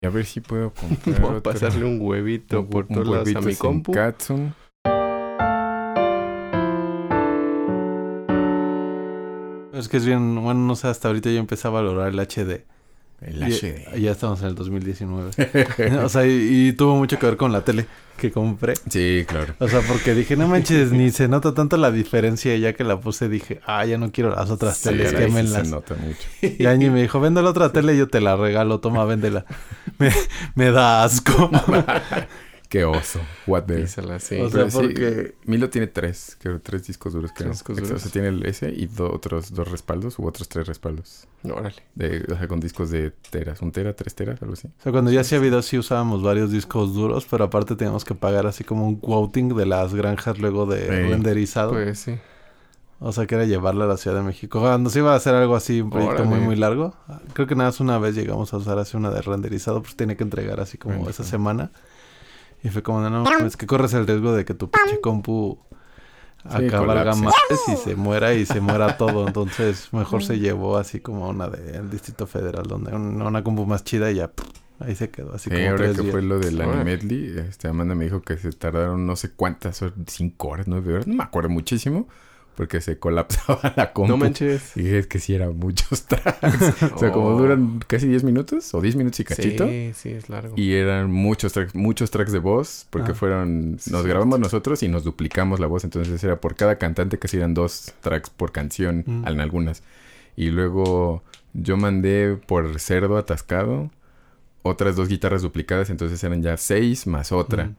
Y a ver si puedo comprar Voy a pasarle un huevito por todos lados a mi compu. Katsun. Es que es bien, bueno, no sé, hasta ahorita yo empecé a valorar el HD. El HD. Ya estamos en el 2019. O sea, y tuvo mucho que ver con la tele que compré. Sí, claro. O sea, porque dije, no manches, ni se nota tanto la diferencia. Ya que la puse, dije, ya no quiero las otras teles, quémenlas. Se nota mucho. Y Angie me dijo, vende la otra tele, yo te la regalo, toma, véndela. Me da asco. Qué oso. What the... Dísela, sí. O sea, Pero porque... Milo tiene tres discos duros. Creo. Discos duros. O sea, tiene el S y otros 2 respaldos u otros 3 respaldos. Órale. O sea, con discos de teras. 1 tera, 3 teras, algo así. O sea, cuando yo hacía videos sí usábamos varios discos duros, pero aparte teníamos que pagar así como un quoting de las granjas luego de renderizado. Pues sí. O sea, que era llevarla a la Ciudad de México. Cuando se iba a hacer algo así, un proyecto muy, muy largo. Creo que nada más una vez llegamos a usar así una de renderizado, pues tiene que entregar así como esa semana. Y fue como, no, es que corres el riesgo de que tu pinche compu acabarga más y se muera todo. Entonces, mejor se llevó así como una del Distrito Federal, donde una compu más chida y ya, ahí se quedó. Así como ahora 3 que días. fue lo del Animedley, Amanda me dijo que se tardaron no sé cuántas horas, 5 horas, 9 horas, no me acuerdo muchísimo. Porque se colapsaba la compu. No manches. Y es que sí eran muchos tracks. O sea, como duran casi 10 minutos o 10 minutos y cachito. Sí, es largo. Y eran muchos tracks de voz. Porque nos grabamos nosotros y nos duplicamos la voz. Entonces era por cada cantante que se eran 2 tracks por canción en algunas. Y luego yo mandé por Cerdo Atascado otras 2 guitarras duplicadas. Entonces eran ya 6 más otra.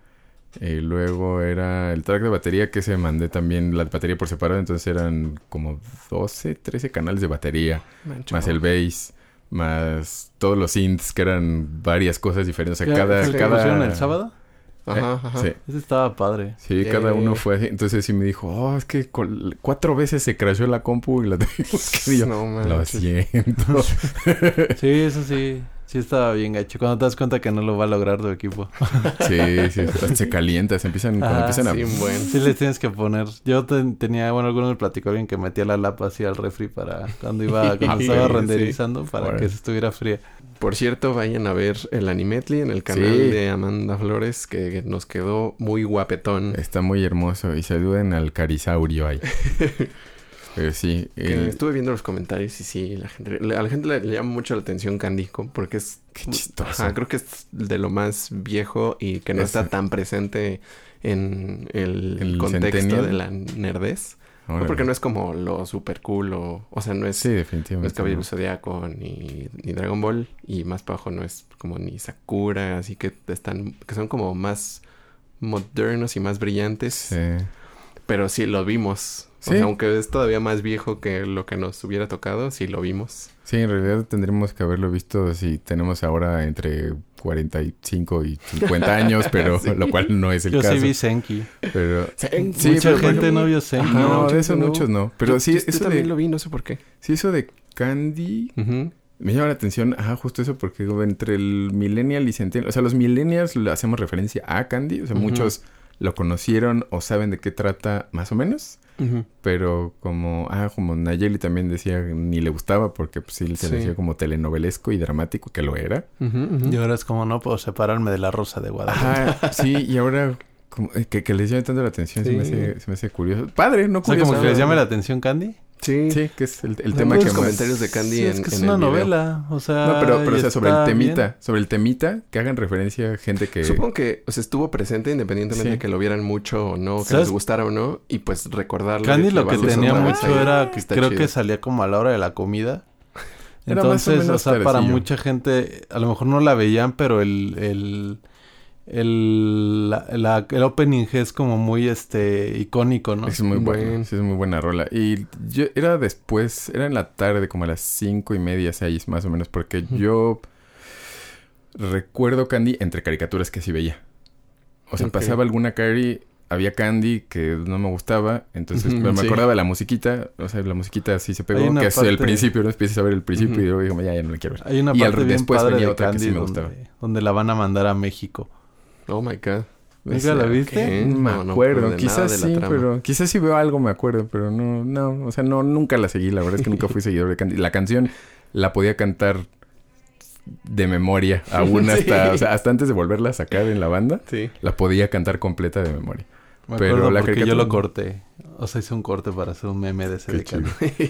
Y luego era el track de batería que se mandé también la batería por separado. Entonces eran como 12, 13 canales de batería. Más el bass, más todos los synths que eran varias cosas diferentes. O sea, cada... pusieron el sábado? Ajá. Sí. Ese estaba padre. Sí, cada uno fue así. Entonces sí me dijo, es que 4 veces se crashó la compu y la tuvimos que... Yo, lo siento. Sí, eso sí. Sí estaba bien gacho. Cuando te das cuenta que no lo va a lograr tu equipo. Sí. Se calienta. Cuando empiezan a... Sí les tienes que poner... Yo tenía... Bueno, alguno me platicó bien que metía la lapa así al refri para... Cuando estaba renderizando para que se estuviera fría. Por cierto, vayan a ver el Animedley en el canal de Amanda Flores, que nos quedó muy guapetón. Está muy hermoso. Y saluden al Carisaurio ahí. Pero sí. Estuve viendo los comentarios y sí, a la gente le llama mucho la atención Candico porque es... Qué chistoso. Creo que es de lo más viejo y que no está tan presente en el contexto Centennial de la nerdez. No, porque no es como lo super cool o sea, no es... Sí, definitivamente. No es Caballero Zodiaco ni Dragon Ball y más para abajo no es como ni Sakura, así que son como más modernos y más brillantes. Sí. Pero sí lo vimos. ¿Sí? O sea, aunque es todavía más viejo que lo que nos hubiera tocado, sí lo vimos. Sí, en realidad tendremos que haberlo visto si tenemos ahora entre 45 y 50 años, pero lo cual no es el caso. Yo sí vi Senki. Pero mucha gente no vio Senki. No, de eso muchos no. Pero sí, eso también lo vi, no sé por qué. Sí, eso de Candy me llama la atención. Justo eso, porque entre el Millennial y Centennial... O sea, los Millennials le hacemos referencia a Candy. O sea, muchos lo conocieron o saben de qué trata más o menos. Pero como Nayeli también decía, ni le gustaba porque pues, sí se le decía como telenovelesco y dramático, que lo era. Y ahora es como no puedo separarme de la Rosa de Guadalupe. Sí, y ahora como, que les llame tanto la atención, se me hace curioso. Padre, no curioso. O sea, como que les llame la atención Candy. Sí, que es el tema que más... comentarios de Candy es que es una novela, o sea... No, pero o sea, sobre el temita, que hagan referencia a gente que... Supongo que, estuvo presente independientemente de que lo vieran mucho o no, que les gustara o no, y pues recordarlo. Candy lo que tenía mucho era que creo que salía como a la hora de la comida. Entonces, o sea, para mucha gente, a lo mejor no la veían, pero el opening es como muy icónico, ¿no? Es muy bueno, sí, es muy buena rola. Y yo era en la tarde, como a las 5:30, 6 más o menos, porque yo recuerdo Candy entre caricaturas que sí veía. O sea, pasaba alguna había Candy que no me gustaba, entonces me acordaba de la musiquita, o sea, la musiquita sí se pegó, que es el principio, ¿no? Empiezas a ver el principio y yo digo, ya no la quiero ver. Hay una parte bien después padre venía de otra Candy que sí me gustaba. donde la van a mandar a México. Oh my God. ¿Nunca la viste? No me acuerdo. Quizás sí, pero... Quizás sí veo algo, me acuerdo. Pero no. O sea, nunca la seguí. La verdad es que nunca fui seguidor de Candy. La canción la podía cantar de memoria. Aún hasta... O sea, hasta antes de volverla a sacar en la banda. Sí. La podía cantar completa de memoria. Me acuerdo porque yo lo corté. O sea, hice un corte para hacer un meme de ese decano.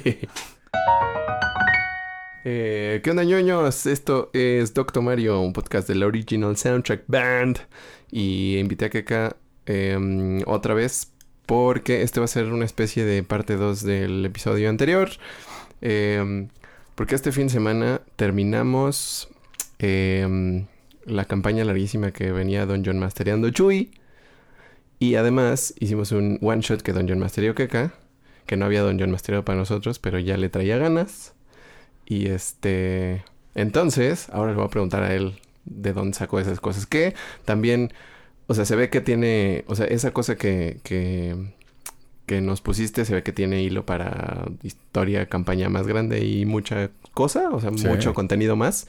¿Qué onda, ñoños? Esto es Doctor Mario, un podcast de la Original Soundtrack Band. Y invité a Keka otra vez porque este va a ser una especie de parte 2 del episodio anterior. Porque este fin de semana terminamos la campaña larguísima que venía Dungeon Mastereando Chuy. Y además hicimos un one shot que Dungeon Mastereó Keka, que no había Dungeon Mastereado para nosotros, pero ya le traía ganas. Y entonces, ahora le voy a preguntar a él de dónde sacó esas cosas. Que también, o sea, se ve que tiene, o sea, esa cosa que nos pusiste, se ve que tiene hilo para historia, campaña más grande y mucha cosa, o sea, sí. Mucho contenido más.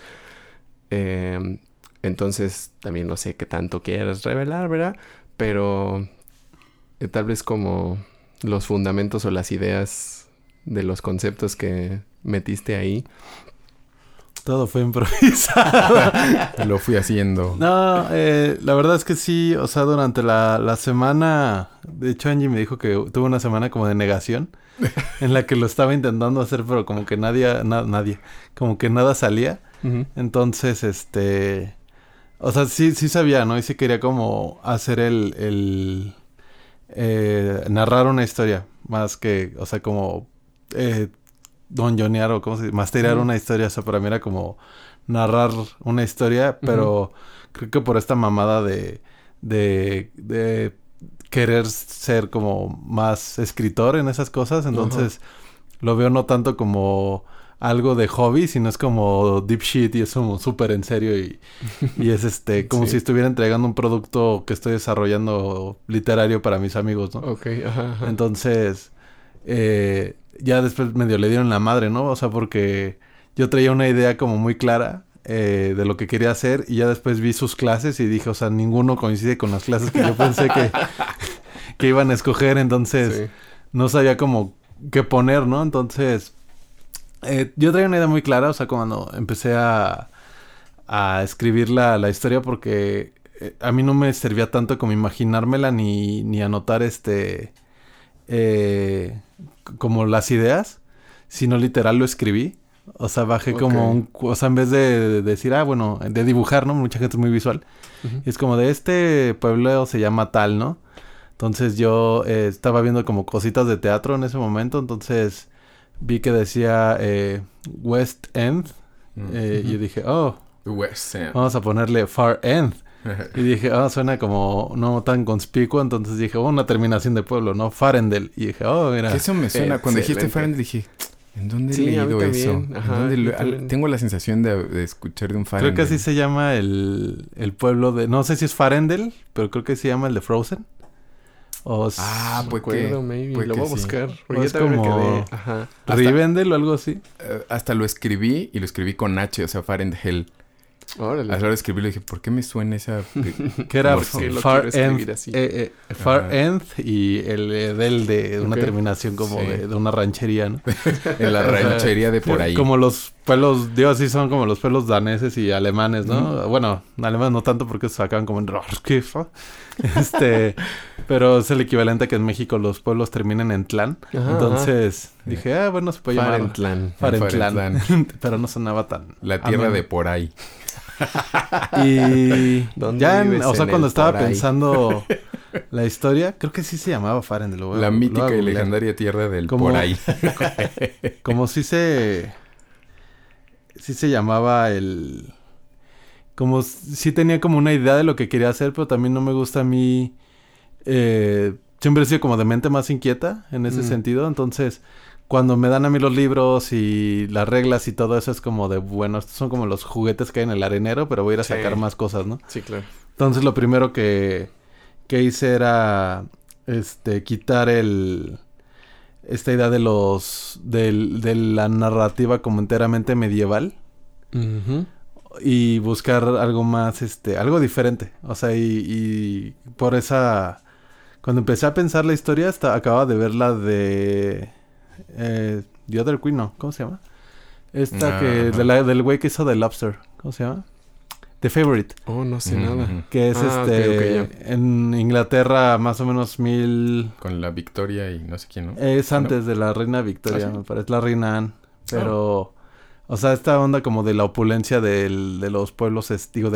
Entonces, también no sé qué tanto quieras revelar, ¿verdad? Pero tal vez como los fundamentos o las ideas de los conceptos que metiste ahí. Todo fue improvisado. Lo fui haciendo. No, la verdad es que sí, o sea, durante la semana, de hecho Angie me dijo que tuvo una semana como de negación, en la que lo estaba intentando hacer, pero como que nadie, como que nada salía. Uh-huh. Entonces, o sea, sí sabía, ¿no? Y sí quería como hacer narrar una historia, más que, o sea, como donjonear o cómo se dice, masterear una historia. O sea, para mí era como narrar una historia, pero creo que por esta mamada de querer ser como más escritor en esas cosas, entonces lo veo no tanto como algo de hobby, sino es como deep shit y es como súper en serio y es como si estuviera entregando un producto que estoy desarrollando literario para mis amigos, ¿no? Okay, ajá. Entonces, ya después medio le dieron la madre, ¿no? O sea, porque yo traía una idea como muy clara de lo que quería hacer y ya después vi sus clases y dije, o sea, ninguno coincide con las clases que yo pensé que iban a escoger, entonces no sabía como qué poner, ¿no? Entonces, yo traía una idea muy clara, o sea, cuando empecé a escribir la historia, porque a mí no me servía tanto como imaginármela ni anotar como las ideas, sino literal lo escribí. O sea, bajé como o sea, en vez de decir, bueno, de dibujar, ¿no? Mucha gente es muy visual. Uh-huh. Y es como de este pueblo se llama tal, ¿no? Entonces yo estaba viendo como cositas de teatro en ese momento, entonces vi que decía West End. Y yo dije, West End. Vamos a ponerle Far End. Y dije, suena como no tan conspicuo. Entonces dije, una terminación de pueblo, ¿no? Farendel. Y dije, mira. Que eso me suena. Cuando dijiste Farendel dije, ¿en dónde he leído eso? Ajá, tengo la sensación de escuchar de un Farendel. Creo que así se llama el pueblo de... No sé si es Farendel, pero creo que se llama el de Frozen. Pues maybe. Lo voy a buscar. Porque es como Rivendell o algo así. Hasta lo escribí y lo escribí con H, o sea, Farendel. Órale. A la hora de escribirlo dije, ¿por qué me suena esa...? Que era Far End. Far End y el del de una terminación como de una ranchería, ¿no? En la ranchería de por ahí. Como los pueblos, digo así, son como los pueblos daneses y alemanes, ¿no? Bueno, alemanes no tanto porque se sacaban como en Rorskif. Pero es el equivalente a que en México los pueblos terminen en tlán. Entonces dije, bueno, se puede llamar Farentlán. Pero no sonaba tan... La tierra de por ahí. Y ya, o sea, cuando estaba pensando la historia, creo que sí se llamaba Farendel. La mítica y legendaria tierra del por ahí. Como sí se llamaba como sí tenía como una idea de lo que quería hacer, pero también no me gusta a mí. Siempre he sido como de mente más inquieta en ese sentido, entonces cuando me dan a mí los libros y las reglas y todo eso es como de, bueno, estos son como los juguetes que hay en el arenero, pero voy a ir a sacar más cosas, ¿no? Sí, claro. Entonces lo primero que hice era quitar esta idea de la narrativa como enteramente medieval. Uh-huh. Y buscar algo más, algo diferente. O sea, y por esa... Cuando empecé a pensar la historia, acababa de ver la de... The Other Queen, ¿no? ¿Cómo se llama? Esta del güey que hizo The Lobster. ¿cómo se llama? The Favorite. Oh, no sé nada. Que es okay, en Inglaterra más o menos 1000... Con la Victoria y no sé quién, ¿no? Es antes de la reina Victoria, me parece. La reina Anne. Pero... O sea, esta onda como de la opulencia de los pueblos, de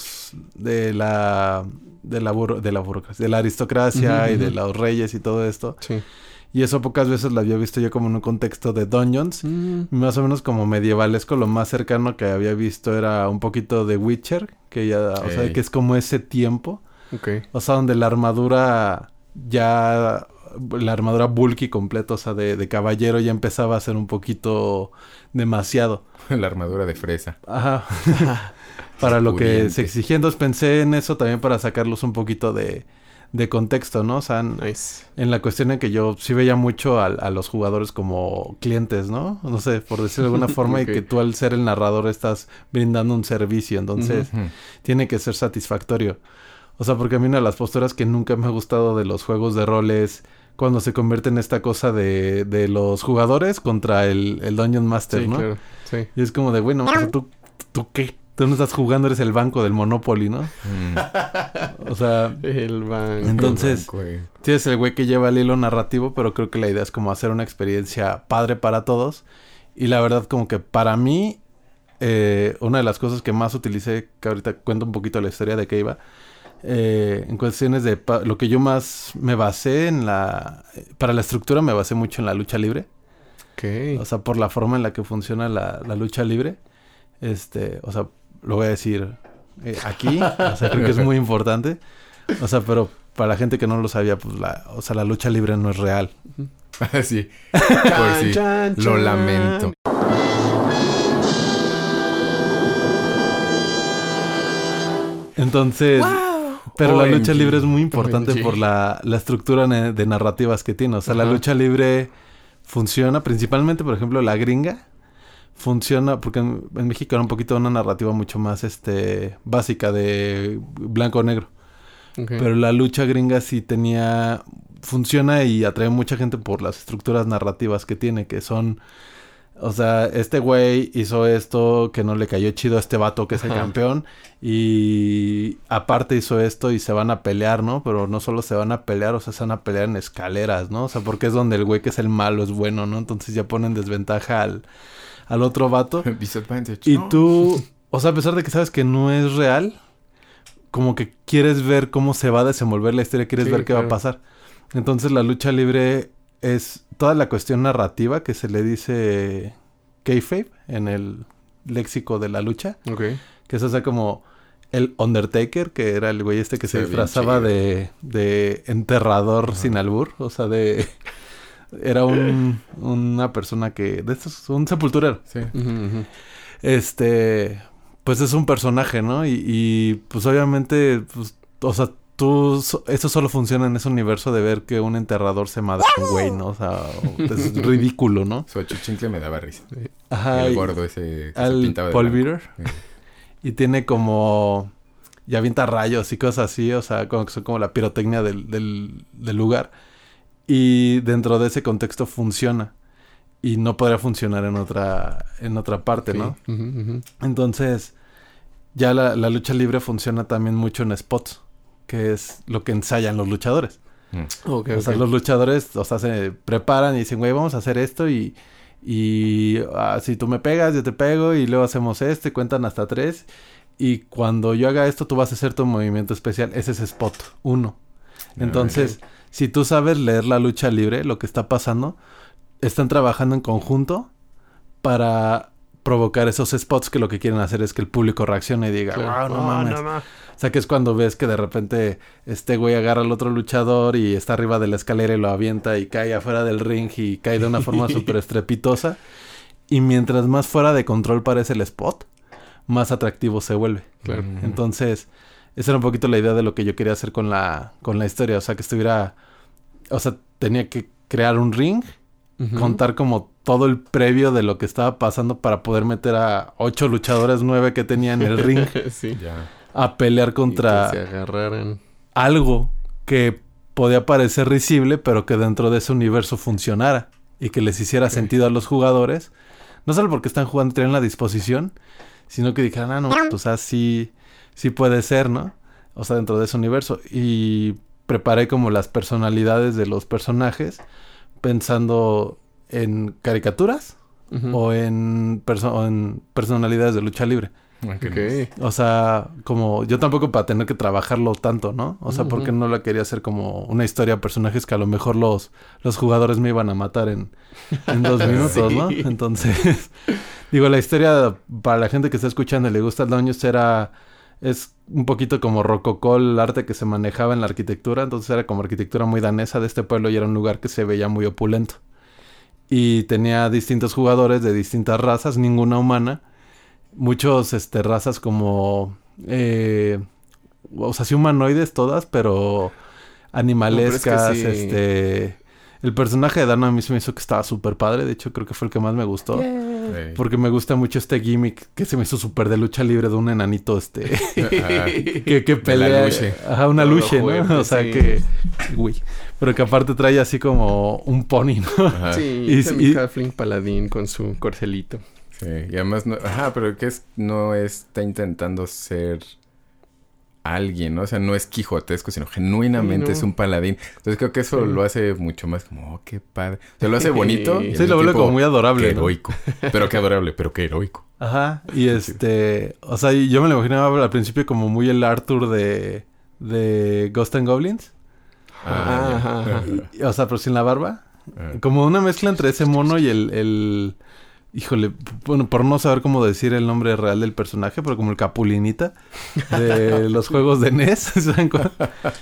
la burocracia, de la aristocracia y de los reyes y todo esto. Sí. Y eso pocas veces lo había visto yo como en un contexto de dungeons, más o menos como medievalesco. Lo más cercano que había visto era un poquito de Witcher, que ya, o sea, que es como ese tiempo. Okay. O sea, donde la armadura bulky completa, o sea, de caballero ya empezaba a ser un poquito demasiado. La armadura de fresa. Ajá. Para lo que se exigía. Entonces pensé en eso también para sacarlos un poquito de contexto, ¿no? O sea, en la cuestión en que yo sí veía mucho a los jugadores como clientes, ¿no? No sé, por decirlo de alguna forma, y que tú al ser el narrador estás brindando un servicio. Entonces, tiene que ser satisfactorio. O sea, porque a mí una de las posturas que nunca me ha gustado de los juegos de rol es cuando se convierte en esta cosa de los jugadores contra el Dungeon Master, ¿no? Claro. Sí. Y es como de, bueno, ¿tú qué? Tú no estás jugando, eres el banco del Monopoly, ¿no? O sea... El banco. Entonces, sí es el güey que lleva el hilo narrativo, pero creo que la idea es como hacer una experiencia padre para todos. Y la verdad, como que para mí, una de las cosas que más utilicé, que ahorita cuento un poquito la historia de qué iba, en cuestiones de... lo que yo más me basé para la estructura me basé mucho en la lucha libre. Okay. O sea, por la forma en la que funciona la lucha libre. O sea, lo voy a decir aquí. O sea, creo que es muy importante. O sea, pero para la gente que no lo sabía, pues la lucha libre no es real. Sí. Pues sí. Lo lamento. Entonces... ¡Wow! Pero la lucha libre es muy importante por la estructura de narrativas que tiene. O sea, la lucha libre funciona principalmente, por ejemplo, la gringa. Funciona porque en México era un poquito una narrativa mucho más básica de blanco o negro. Okay. Pero la lucha gringa sí funciona y atrae mucha gente por las estructuras narrativas que tiene, que son... O sea, este güey hizo esto que no le cayó chido a este vato que es el campeón. Y aparte hizo esto y se van a pelear, ¿no? Pero no solo se van a pelear, o sea, se van a pelear en escaleras, ¿no? O sea, porque es donde el güey que es el malo es bueno, ¿no? Entonces ya ponen desventaja al otro vato. Disadvantage. Y tú, o sea, a pesar de que sabes que no es real, como que quieres ver cómo se va a desenvolver la historia, quieres ver qué va a pasar. Entonces la lucha libre es toda la cuestión narrativa que se le dice kayfabe en el léxico de la lucha. Okay. Que es, o sea, como el Undertaker, que era el güey que se disfrazaba de enterrador sin albur. O sea, era una persona que... De estos, un sepulturero. Sí. Pues es un personaje, ¿no? Y pues obviamente, pues, o sea, eso solo funciona en ese universo de ver que un enterrador se mata a un güey, ¿no? O sea, es ridículo, ¿no? Su achichincle me daba risa. Ajá. El gordo ese que se pintaba de Paul Beater. Y tiene como... Y avienta rayos y cosas así, o sea, son como la pirotecnia del lugar. Y dentro de ese contexto funciona. Y no podría funcionar en otra parte, ¿no? Entonces, ya la lucha libre funciona también mucho en spots, que es lo que ensayan los luchadores. O sea, los luchadores, o sea, se preparan y dicen, güey, vamos a hacer esto y si tú me pegas, yo te pego y luego hacemos esto y cuentan hasta 3. Y cuando yo haga esto, tú vas a hacer tu movimiento especial. Ese es spot 1. Entonces, si tú sabes leer la lucha libre, lo que está pasando, están trabajando en conjunto para provocar esos spots que lo que quieren hacer es que el público reaccione y diga, wow, no mames. O sea, que es cuando ves que de repente este güey agarra al otro luchador y está arriba de la escalera y lo avienta y cae afuera del ring y cae de una forma súper estrepitosa. Y mientras más fuera de control parece el spot, más atractivo se vuelve. Claro. Entonces, esa era un poquito la idea de lo que yo quería hacer con la historia. O sea, que estuviera... O sea, tenía que crear un ring, contar como todo el previo de lo que estaba pasando para poder meter a 8 luchadores 9 que tenía en el ring a pelear contra y que se agarraran algo que podía parecer risible, pero que dentro de ese universo funcionara y que les hiciera sentido a los jugadores. No solo porque están jugando y tienen la disposición, sino que dijeran, no, o sea, sí puede ser, ¿no? O sea, dentro de ese universo. Y preparé como las personalidades de los personajes pensando en caricaturas o en personalidades de lucha libre. Okay. O sea, como yo tampoco para tener que trabajarlo tanto, ¿no? O sea, porque no la quería hacer como una historia de personajes que a lo mejor los jugadores me iban a matar en 2 minutos, ¿no? Entonces, digo, la historia para la gente que está escuchando y le gusta el Dungeons es un poquito como rococó el arte que se manejaba en la arquitectura. Entonces era como arquitectura muy danesa de este pueblo y era un lugar que se veía muy opulento. Y tenía distintos jugadores de distintas razas, ninguna humana. Muchos razas como o sea, sí humanoides todas, pero animalescas. No, pero es que sí. El personaje de Dano a mí se me hizo que estaba súper padre. De hecho, creo que fue el que más me gustó. Yeah. Porque me gusta mucho este gimmick que se me hizo súper de lucha libre de un enanito que pelea. Ajá, una luche, ¿no? O sea, que... Uy. Pero que aparte trae así como un pony, ¿no? Ajá. Sí, y halfling paladín con su corcelito. Sí, y además pero que no está intentando ser alguien, ¿no? O sea, no es quijotesco, sino genuinamente es un paladín. Entonces creo que eso lo hace mucho más como, qué padre. O sea, lo hace bonito. Sí, lo vuelve como muy adorable, qué heroico. Pero qué adorable, pero qué heroico. Ajá, y o sea, yo me lo imaginaba al principio como muy el Arthur de Ghost and Goblins. Ajá. O sea, pero sin la barba. Como una mezcla entre ese mono y el... Híjole, bueno, por no saber cómo decir el nombre real del personaje, pero como el Capulinita de los juegos de NES, ¿saben cuál?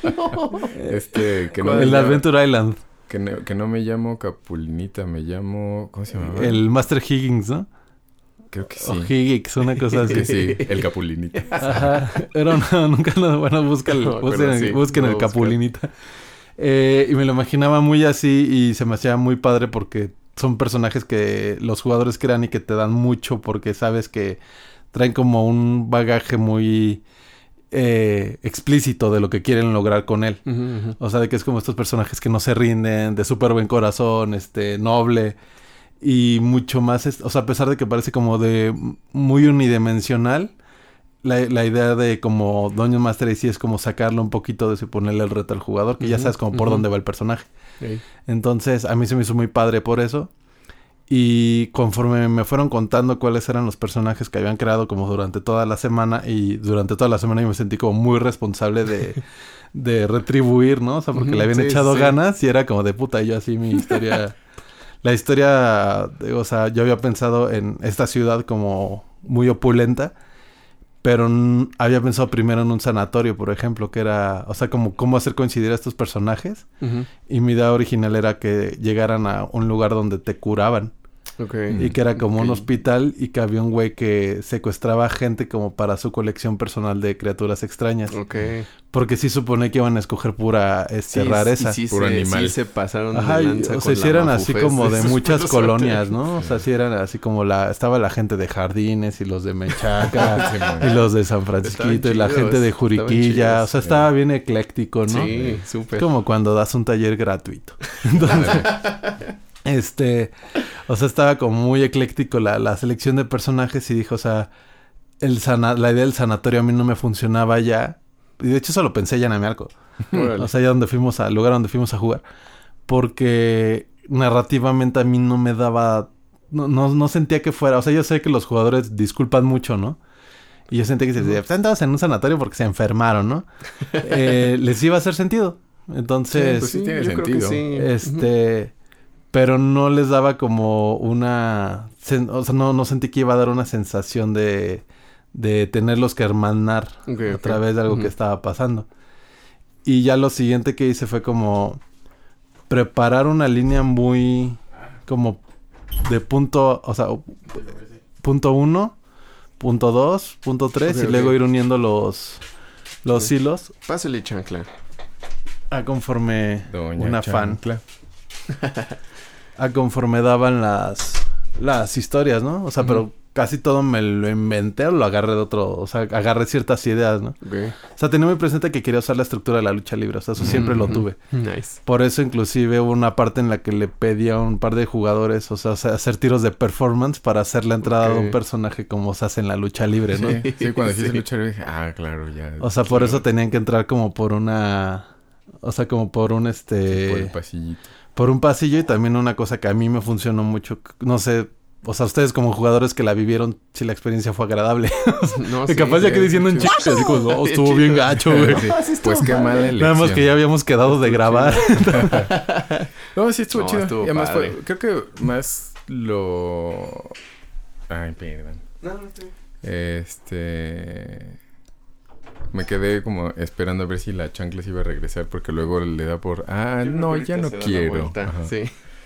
El Adventure Island. Que no me llamo Capulinita, me llamo... ¿Cómo se llama? El Master Higgins, ¿no? Creo que sí. O Higgins, una cosa así. Sí, el Capulinita. Ajá, pero nunca lo... Bueno, busquen el Capulinita. Y me lo imaginaba muy así y se me hacía muy padre porque... Son personajes que los jugadores crean y que te dan mucho porque sabes que traen como un bagaje muy explícito de lo que quieren lograr con él. Uh-huh. O sea, de que es como estos personajes que no se rinden, de súper buen corazón, noble y mucho más... O sea, a pesar de que parece como de muy unidimensional, la idea de como Dungeon Master sí es como sacarlo un poquito de eso y ponerle el reto al jugador, que ya sabes como por dónde va el personaje. Sí. Entonces, a mí se me hizo muy padre por eso. Y conforme me fueron contando cuáles eran los personajes que habían creado como durante toda la semana, y durante toda la semana yo me sentí como muy responsable de retribuir, ¿no? O sea, porque le habían echado ganas y era como de puta, yo así mi historia... La historia, o sea, yo había pensado en esta ciudad como muy opulenta, pero había pensado primero en un sanatorio, por ejemplo, que era... O sea, como cómo hacer coincidir a estos personajes. Uh-huh. Y mi idea original era que llegaran a un lugar donde te curaban. Okay. Y que era como un hospital y que había un güey que secuestraba gente como para su colección personal de criaturas extrañas. Okay. Porque sí supone que iban a escoger pura rareza. Puro animal. Sí se pasaron de lanza o sea, sí eran así como de muchas colonias, ¿no? O sea, sí eran así como estaba la gente de Jardines y los de Menchaca y los de San Francisquito y la gente de Juriquilla. O sea, estaba bien ecléctico, ¿no? Sí, súper. Como cuando das un taller gratuito. Entonces... o sea, estaba como muy ecléctico la selección de personajes y dijo, o sea, la idea del sanatorio a mí no me funcionaba ya. Y de hecho eso lo pensé ya en Amialco. O sea, ya al lugar donde fuimos a jugar. Porque narrativamente a mí no me daba... No sentía que fuera... O sea, yo sé que los jugadores disculpan mucho, ¿no? Y yo sentía que se decía, están todos en un sanatorio porque se enfermaron, ¿no? Les iba a hacer sentido. Entonces... Sí, pues sí tiene sentido. Sí. Pero no les daba como una... O sea, no sentí que iba a dar una sensación de tenerlos que hermanar a través de algo que estaba pasando. Y ya lo siguiente que hice fue como... preparar una línea muy... como de punto... O sea, punto 1, punto 2, punto 3... y luego ir uniendo los hilos. Pásale, chancla. Conforme Doña una chancla. Fan... conforme daban las historias, ¿no? O sea, pero casi todo me lo inventé o lo agarré de otro... O sea, agarré ciertas ideas, ¿no? Okay. O sea, tenía muy presente que quería usar la estructura de la lucha libre. O sea, eso siempre lo tuve. Nice. Por eso, inclusive, hubo una parte en la que le pedí a un par de jugadores, o sea, hacer tiros de performance para hacer la entrada de un personaje como se hace en la lucha libre, ¿no? Sí, cuando hiciste lucha libre dije, claro, ya. O sea, por eso tenían que entrar como por una... O sea, como por un Por el pasillito. Por un pasillo y también una cosa que a mí me funcionó mucho. No sé... O sea, ustedes como jugadores que la vivieron, si la experiencia fue agradable. No, sí, capaz ya que diciendo un chiste, así como, estuvo bien gacho, güey. Sí. Pues qué mala elección. Nada más que ya habíamos quedado de grabar. No, sí estuvo chido. Estuvo y además padre. creo que más lo... Ay, perdón. No, Me quedé como esperando a ver si la chancla se iba a regresar porque luego le da por... no, ya no quiero. Sí.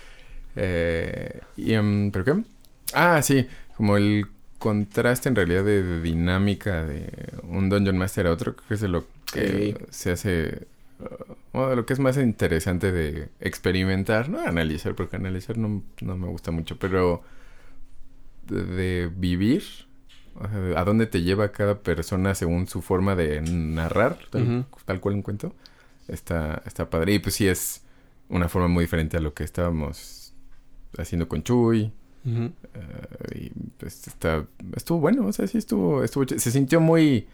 ¿Pero qué? Sí. Como el contraste en realidad de dinámica de un Dungeon Master a otro. Creo que es de lo que se hace... de lo que es más interesante de experimentar. No analizar, porque analizar no me gusta mucho. Pero de vivir... O sea, a dónde te lleva cada persona según su forma de narrar, tal cual un cuento. Está padre. Y pues sí es una forma muy diferente a lo que estábamos haciendo con Chuy. Y pues estuvo bueno. O sea, sí estuvo se sintió muy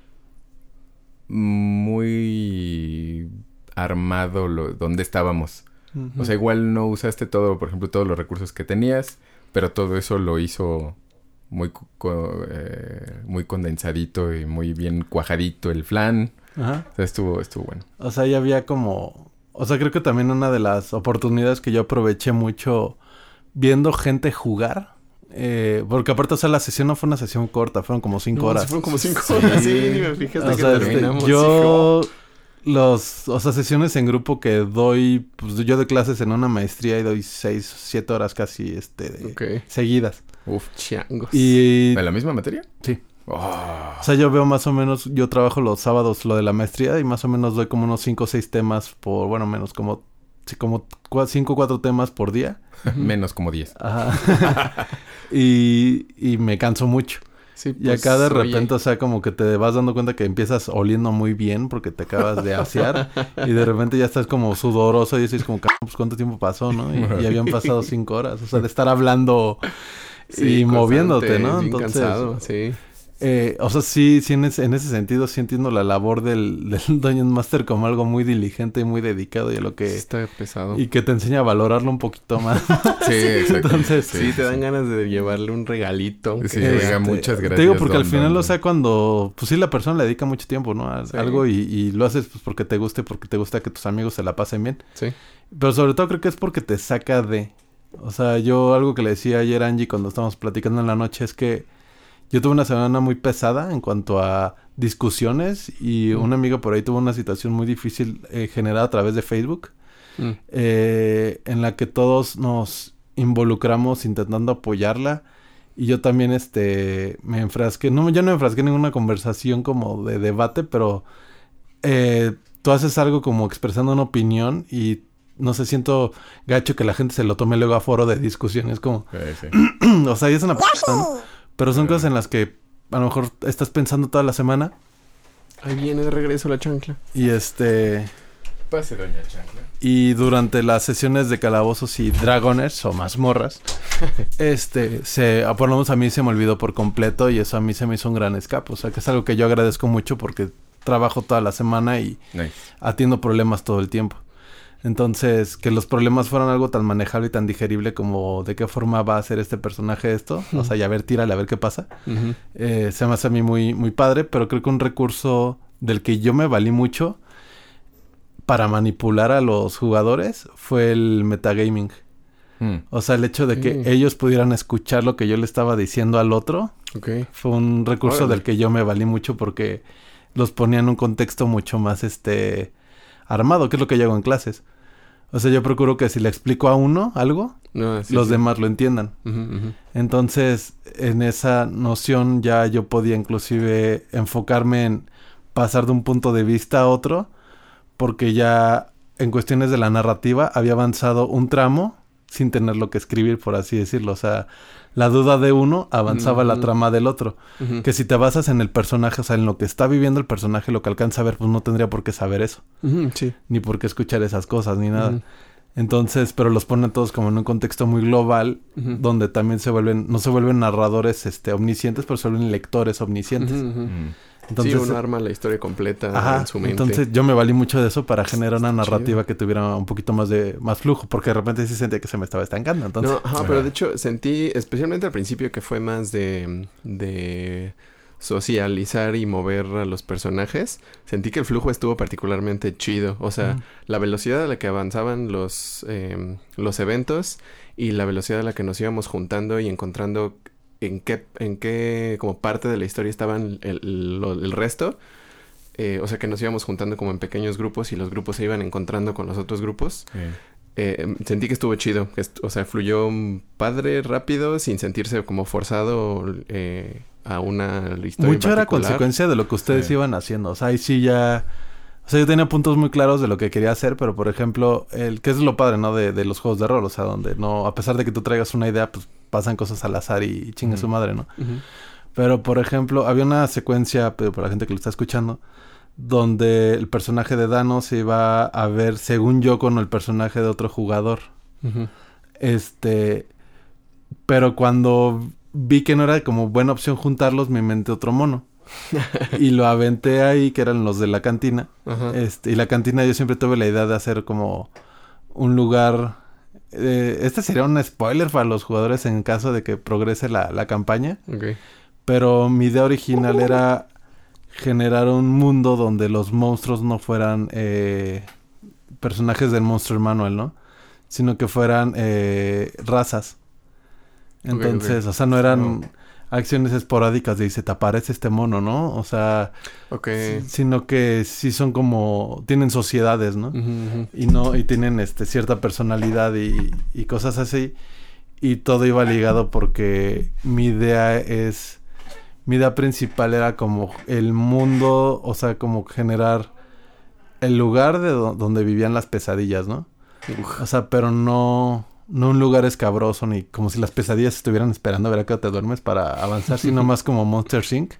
armado donde estábamos. O sea, igual no usaste todo, por ejemplo, todos los recursos que tenías, pero todo eso lo hizo... muy condensadito y muy bien cuajadito el flan. Ajá. O sea, estuvo bueno. O sea, ya había como... O sea, creo que también una de las oportunidades que yo aproveché mucho viendo gente jugar. Porque aparte, o sea, la sesión no fue una sesión corta. Fueron como 5 horas. Fueron como 5 horas. Sí, ni me fijé hasta que terminamos. O sea, sesiones en grupo que doy... Pues yo doy clases en una maestría y doy 6, 7 horas casi seguidas. Uf, changos. Y... ¿En la misma materia? Sí. O sea, yo veo más o menos... Yo trabajo los sábados lo de la maestría y más o menos doy como unos 5 o 6 temas por... Bueno, menos como 5 o 4 temas por día. Menos como 10. Ajá. y me canso mucho. Sí, y acá de repente, o sea, como que te vas dando cuenta que empiezas oliendo muy bien porque te acabas de asear y de repente ya estás como sudoroso y dices como, pues ¿cuánto tiempo pasó, no? Y habían pasado 5 horas, o sea, de estar hablando y moviéndote, ¿no? Entonces, cansado, sí. O sea, sí, en ese sentido sí entiendo la labor del Dungeon Master como algo muy diligente y muy dedicado y a lo que... Está pesado. Y que te enseña a valorarlo un poquito más. Sí, exacto. Entonces... Sí, te dan ganas de llevarle un regalito. Sí, muchas gracias. Te digo porque al final, o sea, cuando... Pues sí, la persona le dedica mucho tiempo, ¿no? A algo y lo haces pues porque te gusta que tus amigos se la pasen bien. Sí. Pero sobre todo creo que es porque te saca de... O sea, yo algo que le decía ayer a Angie cuando estábamos platicando en la noche es que yo tuve una semana muy pesada en cuanto a discusiones y una amiga por ahí tuvo una situación muy difícil generada a través de Facebook en la que todos nos involucramos intentando apoyarla y yo también me enfrasqué, yo no me enfrasqué en ninguna conversación como de debate, pero tú haces algo como expresando una opinión y no sé, siento gacho que la gente se lo tome luego a foro de discusiones como... Sí. O sea, y es una ¿no? Pero son cosas en las que a lo mejor estás pensando toda la semana. Ahí viene de regreso la chancla. Y Pase, doña chancla. Y durante las sesiones de calabozos y dragoners o mazmorras, por lo menos a mí se me olvidó por completo y eso a mí se me hizo un gran escape. O sea, que es algo que yo agradezco mucho porque trabajo toda la semana y atiendo problemas todo el tiempo. Entonces, que los problemas fueran algo tan manejable y tan digerible como de qué forma va a hacer este personaje esto. O sea, y a ver, tírale, a ver qué pasa. Se me hace a mí muy, muy padre, pero creo que un recurso del que yo me valí mucho para manipular a los jugadores fue el metagaming. O sea, el hecho de que ellos pudieran escuchar lo que yo le estaba diciendo al otro. Fue un recurso del que yo me valí mucho porque los ponía en un contexto mucho más armado, que es lo que yo hago en clases. O sea, yo procuro que si le explico a uno algo, los demás lo entiendan. Entonces, en esa noción ya yo podía inclusive enfocarme en pasar de un punto de vista a otro, porque ya en cuestiones de la narrativa había avanzado un tramo sin tenerlo que escribir, por así decirlo. O sea, la duda de uno avanzaba la trama del otro. Que si te basas en el personaje, o sea, en lo que está viviendo el personaje, lo que alcanza a ver, pues no tendría por qué saber eso. Sí. Ni por qué escuchar esas cosas, ni nada. Entonces, pero los ponen todos como en un contexto muy global, donde también no se vuelven narradores omniscientes, pero se vuelven lectores omniscientes. Entonces, uno arma la historia completa en su mente. Entonces yo me valí mucho de eso para generar una narrativa que tuviera un poquito más flujo, porque de repente sí sentía que se me estaba estancando. Entonces, pero de hecho sentí, especialmente al principio, que fue más de socializar y mover a los personajes. Sentí que el flujo estuvo particularmente chido. O sea, la velocidad a la que avanzaban los eventos y la velocidad a la que nos íbamos juntando y encontrando en qué como parte de la historia estaban el resto. O sea, que nos íbamos juntando como en pequeños grupos y los grupos se iban encontrando con los otros grupos. Sentí que estuvo chido. O sea, fluyó padre, rápido, sin sentirse como forzado a una historia. Mucho era consecuencia de lo que ustedes iban haciendo. O sea, ahí sí ya... O sea, yo tenía puntos muy claros de lo que quería hacer, pero por ejemplo, que es lo padre, ¿no? De los juegos de rol, o sea, donde no, a pesar de que tú traigas una idea, pues pasan cosas al azar y chingue su madre, ¿no? Pero por ejemplo, había una secuencia, pero para la gente que lo está escuchando, donde el personaje de Dano se iba a ver, según yo, con el personaje de otro jugador. Pero cuando vi que no era como buena opción juntarlos, me inventé otro mono. Y lo aventé ahí, que eran los de la cantina. Y la cantina yo siempre tuve la idea de hacer como un lugar... este sería un spoiler para los jugadores en caso de que progrese la campaña. Pero mi idea original era generar un mundo donde los monstruos no fueran personajes del Monster Manual, ¿no? Sino que fueran razas. Entonces, o sea, no eran... acciones esporádicas de se te aparece este mono, ¿no? O sea, sino que sí son como tienen sociedades, ¿no? Y tienen cierta personalidad y cosas así. Y todo iba ligado porque mi idea principal era como el mundo, o sea, como generar el lugar de donde vivían las pesadillas, ¿no? O sea, pero no un lugar escabroso, ni como si las pesadillas estuvieran esperando a ver a qué te duermes para avanzar, sino más como Monster Inc.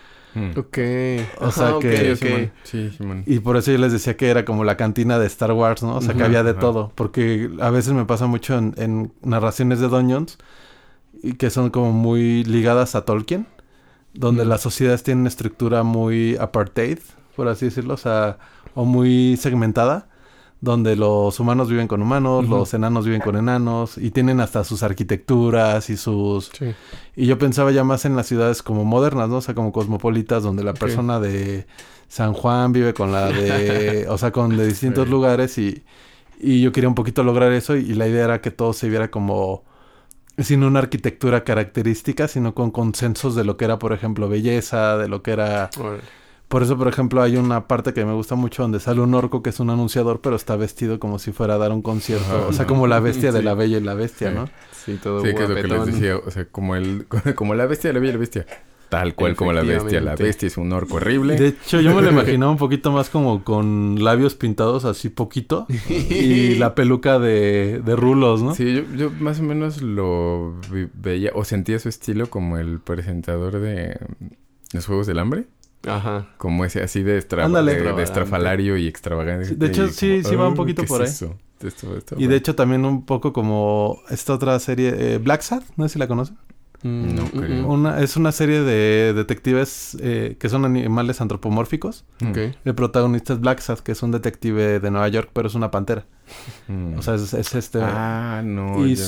O sea que... Sí, Simón. Y por eso yo les decía que era como la cantina de Star Wars, ¿no? O sea, que había de todo. Porque a veces me pasa mucho en narraciones de Dungeons, y que son como muy ligadas a Tolkien, donde las sociedades tienen una estructura muy apartheid, por así decirlo, o sea, o muy segmentada, donde los humanos viven con humanos, los enanos viven con enanos, y tienen hasta sus arquitecturas y sus... Sí. Y yo pensaba ya más en las ciudades como modernas, ¿no? O sea, como cosmopolitas, donde la persona de San Juan vive con la de... o sea, con de distintos lugares, y yo quería un poquito lograr eso, y la idea era que todo se viera como... sin una arquitectura característica, sino con consensos de lo que era, por ejemplo, belleza, de lo que era... Por eso, por ejemplo, hay una parte que me gusta mucho donde sale un orco que es un anunciador, pero está vestido como si fuera a dar un concierto. O sea, como la bestia de la Bella y la Bestia, ¿no? Sí, todo sí, que es lo que les decía. O sea, como la bestia de la Bella y la Bestia. Tal cual como la bestia. La bestia es un orco horrible. De hecho, yo me lo imaginaba un poquito más como con labios pintados así poquito. Y la peluca de rulos, ¿no? Sí, yo más o menos lo veía o sentía su estilo como el presentador de los Juegos del Hambre. Ajá. Como ese así de estrafalario y extravagante. De hecho, sí va un poquito por ahí. Esto, y de hecho también un poco como esta otra serie, Black Sad, no sé si la conocen. No creo. Es una serie de detectives que son animales antropomórficos. El protagonista es Black Sad, que es un detective de Nueva York, pero es una pantera. O sea, es este... Ah, no. Y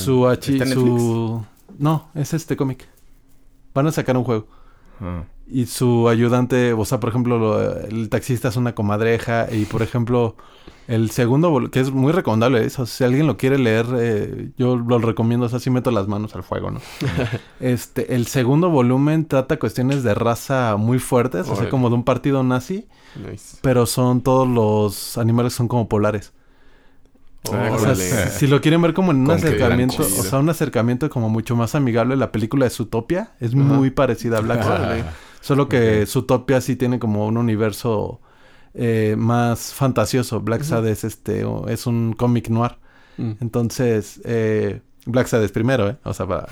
No, es este cómic. Van a sacar un juego. Y su ayudante, o sea, por ejemplo, el taxista es una comadreja. Y, por ejemplo, el segundo, que es muy recomendable eso. Si alguien lo quiere leer, yo lo recomiendo. O sea, sí meto las manos al fuego, ¿no? El segundo volumen trata cuestiones de raza muy fuertes. O sea, como de un partido nazi. Nice. Pero todos los animales son como polares. O sea, si lo quieren ver como en un acercamiento, o sea, un acercamiento como mucho más amigable, la película de Zootopia es muy parecida a Black Sad. Solo que Zootopia sí tiene como un universo más fantasioso. Black Sad es un cómic noir. Entonces, Black Sad es primero, o sea, para...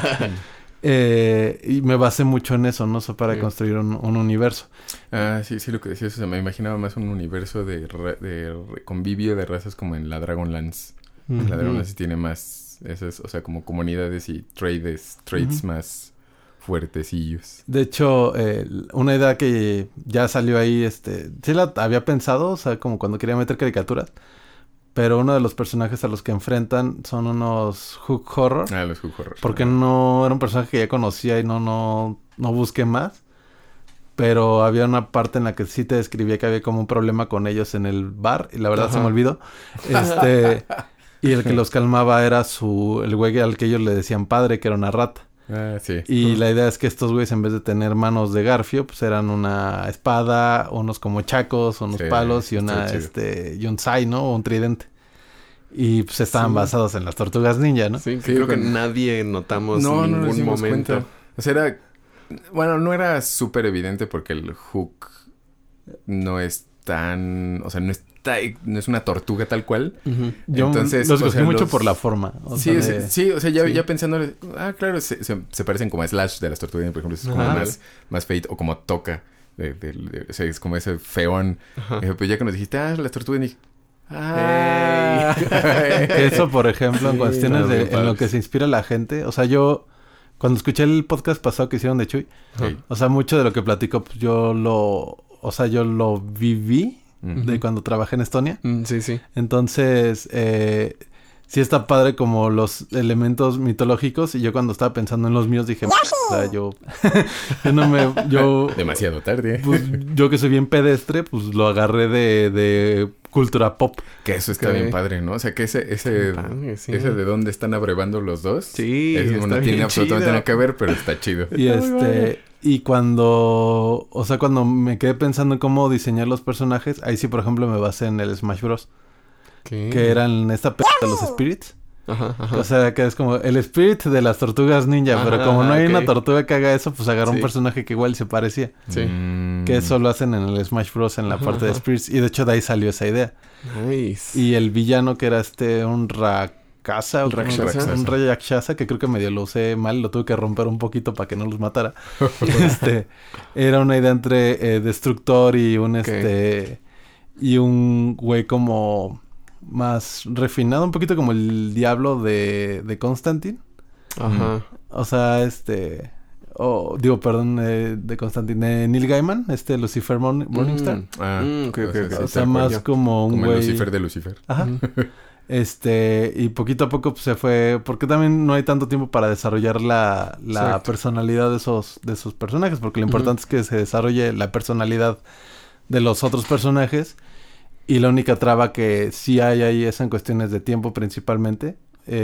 y me basé mucho en eso, ¿no? O sea, para construir un universo. Ah, sí, lo que decías. O sea, me imaginaba más un universo de convivio de razas como en la Dragonlance. La Dragonlance tiene más esas, o sea, como comunidades y trades más fuertecillos. De hecho, una idea que ya salió ahí, sí la había pensado, o sea, como cuando quería meter caricaturas. Pero uno de los personajes a los que enfrentan son unos Hook Horror. Ah, los Hook Horror. Porque no era un personaje que ya conocía y no busqué más. Pero había una parte en la que sí te describía que había como un problema con ellos en el bar. Y la verdad se me olvidó. Y el que los calmaba era el güey al que ellos le decían padre, que era una rata. Ah, sí. Y la idea es que estos güeyes, en vez de tener manos de garfio, pues eran una espada, unos como chacos, unos palos y y un sai, ¿no? O un tridente. Y pues estaban basados en las tortugas ninja, ¿no? Sí, creo que nadie notamos en ningún momento. Cuenta. O sea, no era súper evidente porque el Hook no es tan... O sea, no es una tortuga tal cual. Yo los escogí mucho por la forma. O sea, ya pensando... claro, se parecen como a Slash de las tortugas, por ejemplo. Es como más fate o como Toca. O sea, es como ese feón. Pues ya que nos dijiste, las tortugas... Eso, por ejemplo, en cuestiones en lo que se inspira la gente. O sea, yo... Cuando escuché el podcast pasado que hicieron de Chuy... O sea, mucho de lo que platico, pues yo lo viví... de cuando trabajé en Estonia. Sí. Entonces, sí está padre como los elementos mitológicos. Y yo cuando estaba pensando en los míos dije... O sea, yo demasiado tarde. Pues, yo que soy bien pedestre, pues lo agarré de cultura pop. Que eso está bien padre, ¿no? O sea, que ese de dónde están abrevando los dos. Sí, eso no tiene absolutamente nada que ver, pero está chido. Y cuando me quedé pensando en cómo diseñar los personajes, ahí sí, por ejemplo, me basé en el Smash Bros. Que eran esta de los Spirits. Ajá. O sea, que es como el Spirit de las tortugas ninja. Pero como no hay una tortuga que haga eso, pues agarró un personaje que igual se parecía. Sí. Que eso lo hacen en el Smash Bros. En la parte de Spirits. Y de hecho de ahí salió esa idea. Nice. Y el villano que era un Rakasa. Un Rakshasa, que creo que medio lo usé mal. Lo tuve que romper un poquito para que no los matara. Era una idea entre Destructor y y un güey como... más refinado, un poquito como el diablo de Constantine. Ajá. O sea, de Constantine, de Neil Gaiman, Lucifer Morningstar. Okay. O sea, más como un güey... el Lucifer de Lucifer. Ajá. Y poquito a poco pues, se fue... Porque también no hay tanto tiempo para desarrollar la personalidad de esos personajes. Porque lo importante es que se desarrolle la personalidad de los otros personajes. Y la única traba que sí hay ahí es en cuestiones de tiempo principalmente.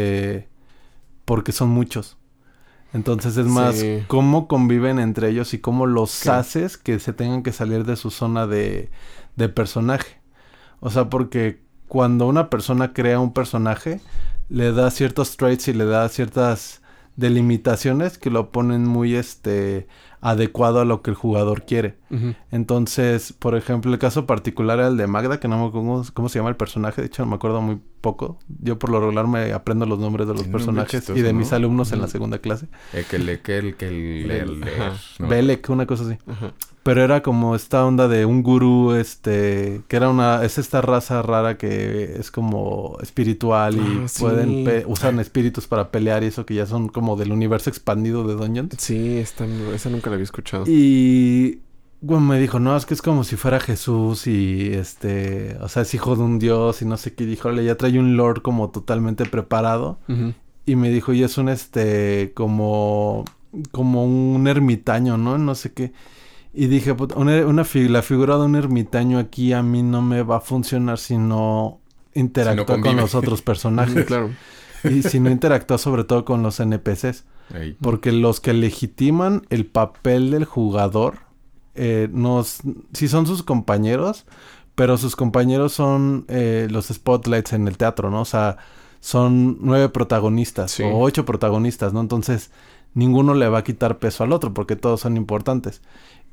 Porque son muchos. Entonces es más cómo conviven entre ellos y cómo los haces que se tengan que salir de su zona de personaje. O sea, porque cuando una persona crea un personaje, le da ciertos traits y le da ciertas delimitaciones que lo ponen muy adecuado a lo que el jugador quiere. Entonces, por ejemplo, el caso particular era el de Magda, que no me acuerdo cómo se llama el personaje, de hecho me acuerdo muy poco. Yo por lo regular me aprendo los nombres de los personajes y de mis alumnos en la segunda clase. Belek, una cosa así. Pero era como esta onda de un gurú, que era es esta raza rara que es como espiritual y usan espíritus para pelear y eso que ya son como del universo expandido de Dungeons. Sí, esa nunca la había escuchado. Y bueno, me dijo, no, es que es como si fuera Jesús y o sea, es hijo de un dios y no sé qué. Dijo, ya trae un lore como totalmente preparado. Y me dijo, y es un como un ermitaño, ¿no? No sé qué. Y dije, la figura de un ermitaño aquí a mí no me va a funcionar si no interactúa con los otros personajes. Claro. Y si no interactúa sobre todo con los NPCs. Ahí. Porque los que legitiman el papel del jugador, sí son sus compañeros, pero sus compañeros son los spotlights en el teatro, ¿no? O sea, son 9 protagonistas o 8 protagonistas, ¿no? Entonces, ninguno le va a quitar peso al otro porque todos son importantes.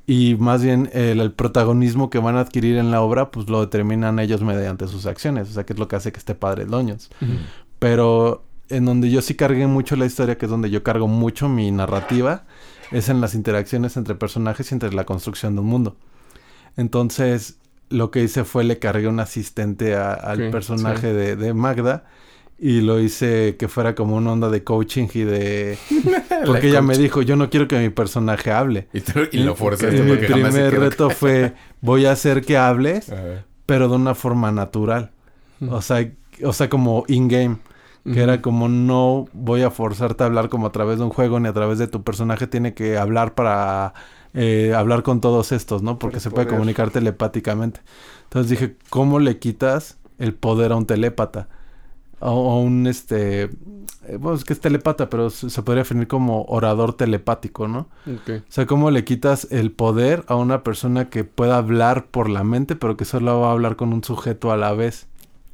Y más bien el protagonismo que van a adquirir en la obra, pues lo determinan ellos mediante sus acciones. O sea, que es lo que hace que esté padre el Dungeons. Pero en donde yo sí cargué mucho la historia, que es donde yo cargo mucho mi narrativa, es en las interacciones entre personajes y entre la construcción de un mundo. Entonces, lo que hice fue le cargué un asistente al personaje de Magda y lo hice que fuera como una onda de coaching y de... Porque ella me dijo, yo no quiero que mi personaje hable. Y lo forzaste. Mi primer reto fue, voy a hacer que hables, pero de una forma natural. O sea, como in-game. Que era como, no voy a forzarte a hablar como a través de un juego ni a través de tu personaje. Tiene que hablar para hablar con todos estos, ¿no? Porque se puede comunicar telepáticamente. Entonces dije, ¿cómo le quitas el poder a un telépata? O un, bueno, es que es telepata, pero se podría definir como orador telepático, ¿no? Okay. O sea, ¿cómo le quitas el poder a una persona que pueda hablar por la mente, pero que solo va a hablar con un sujeto a la vez?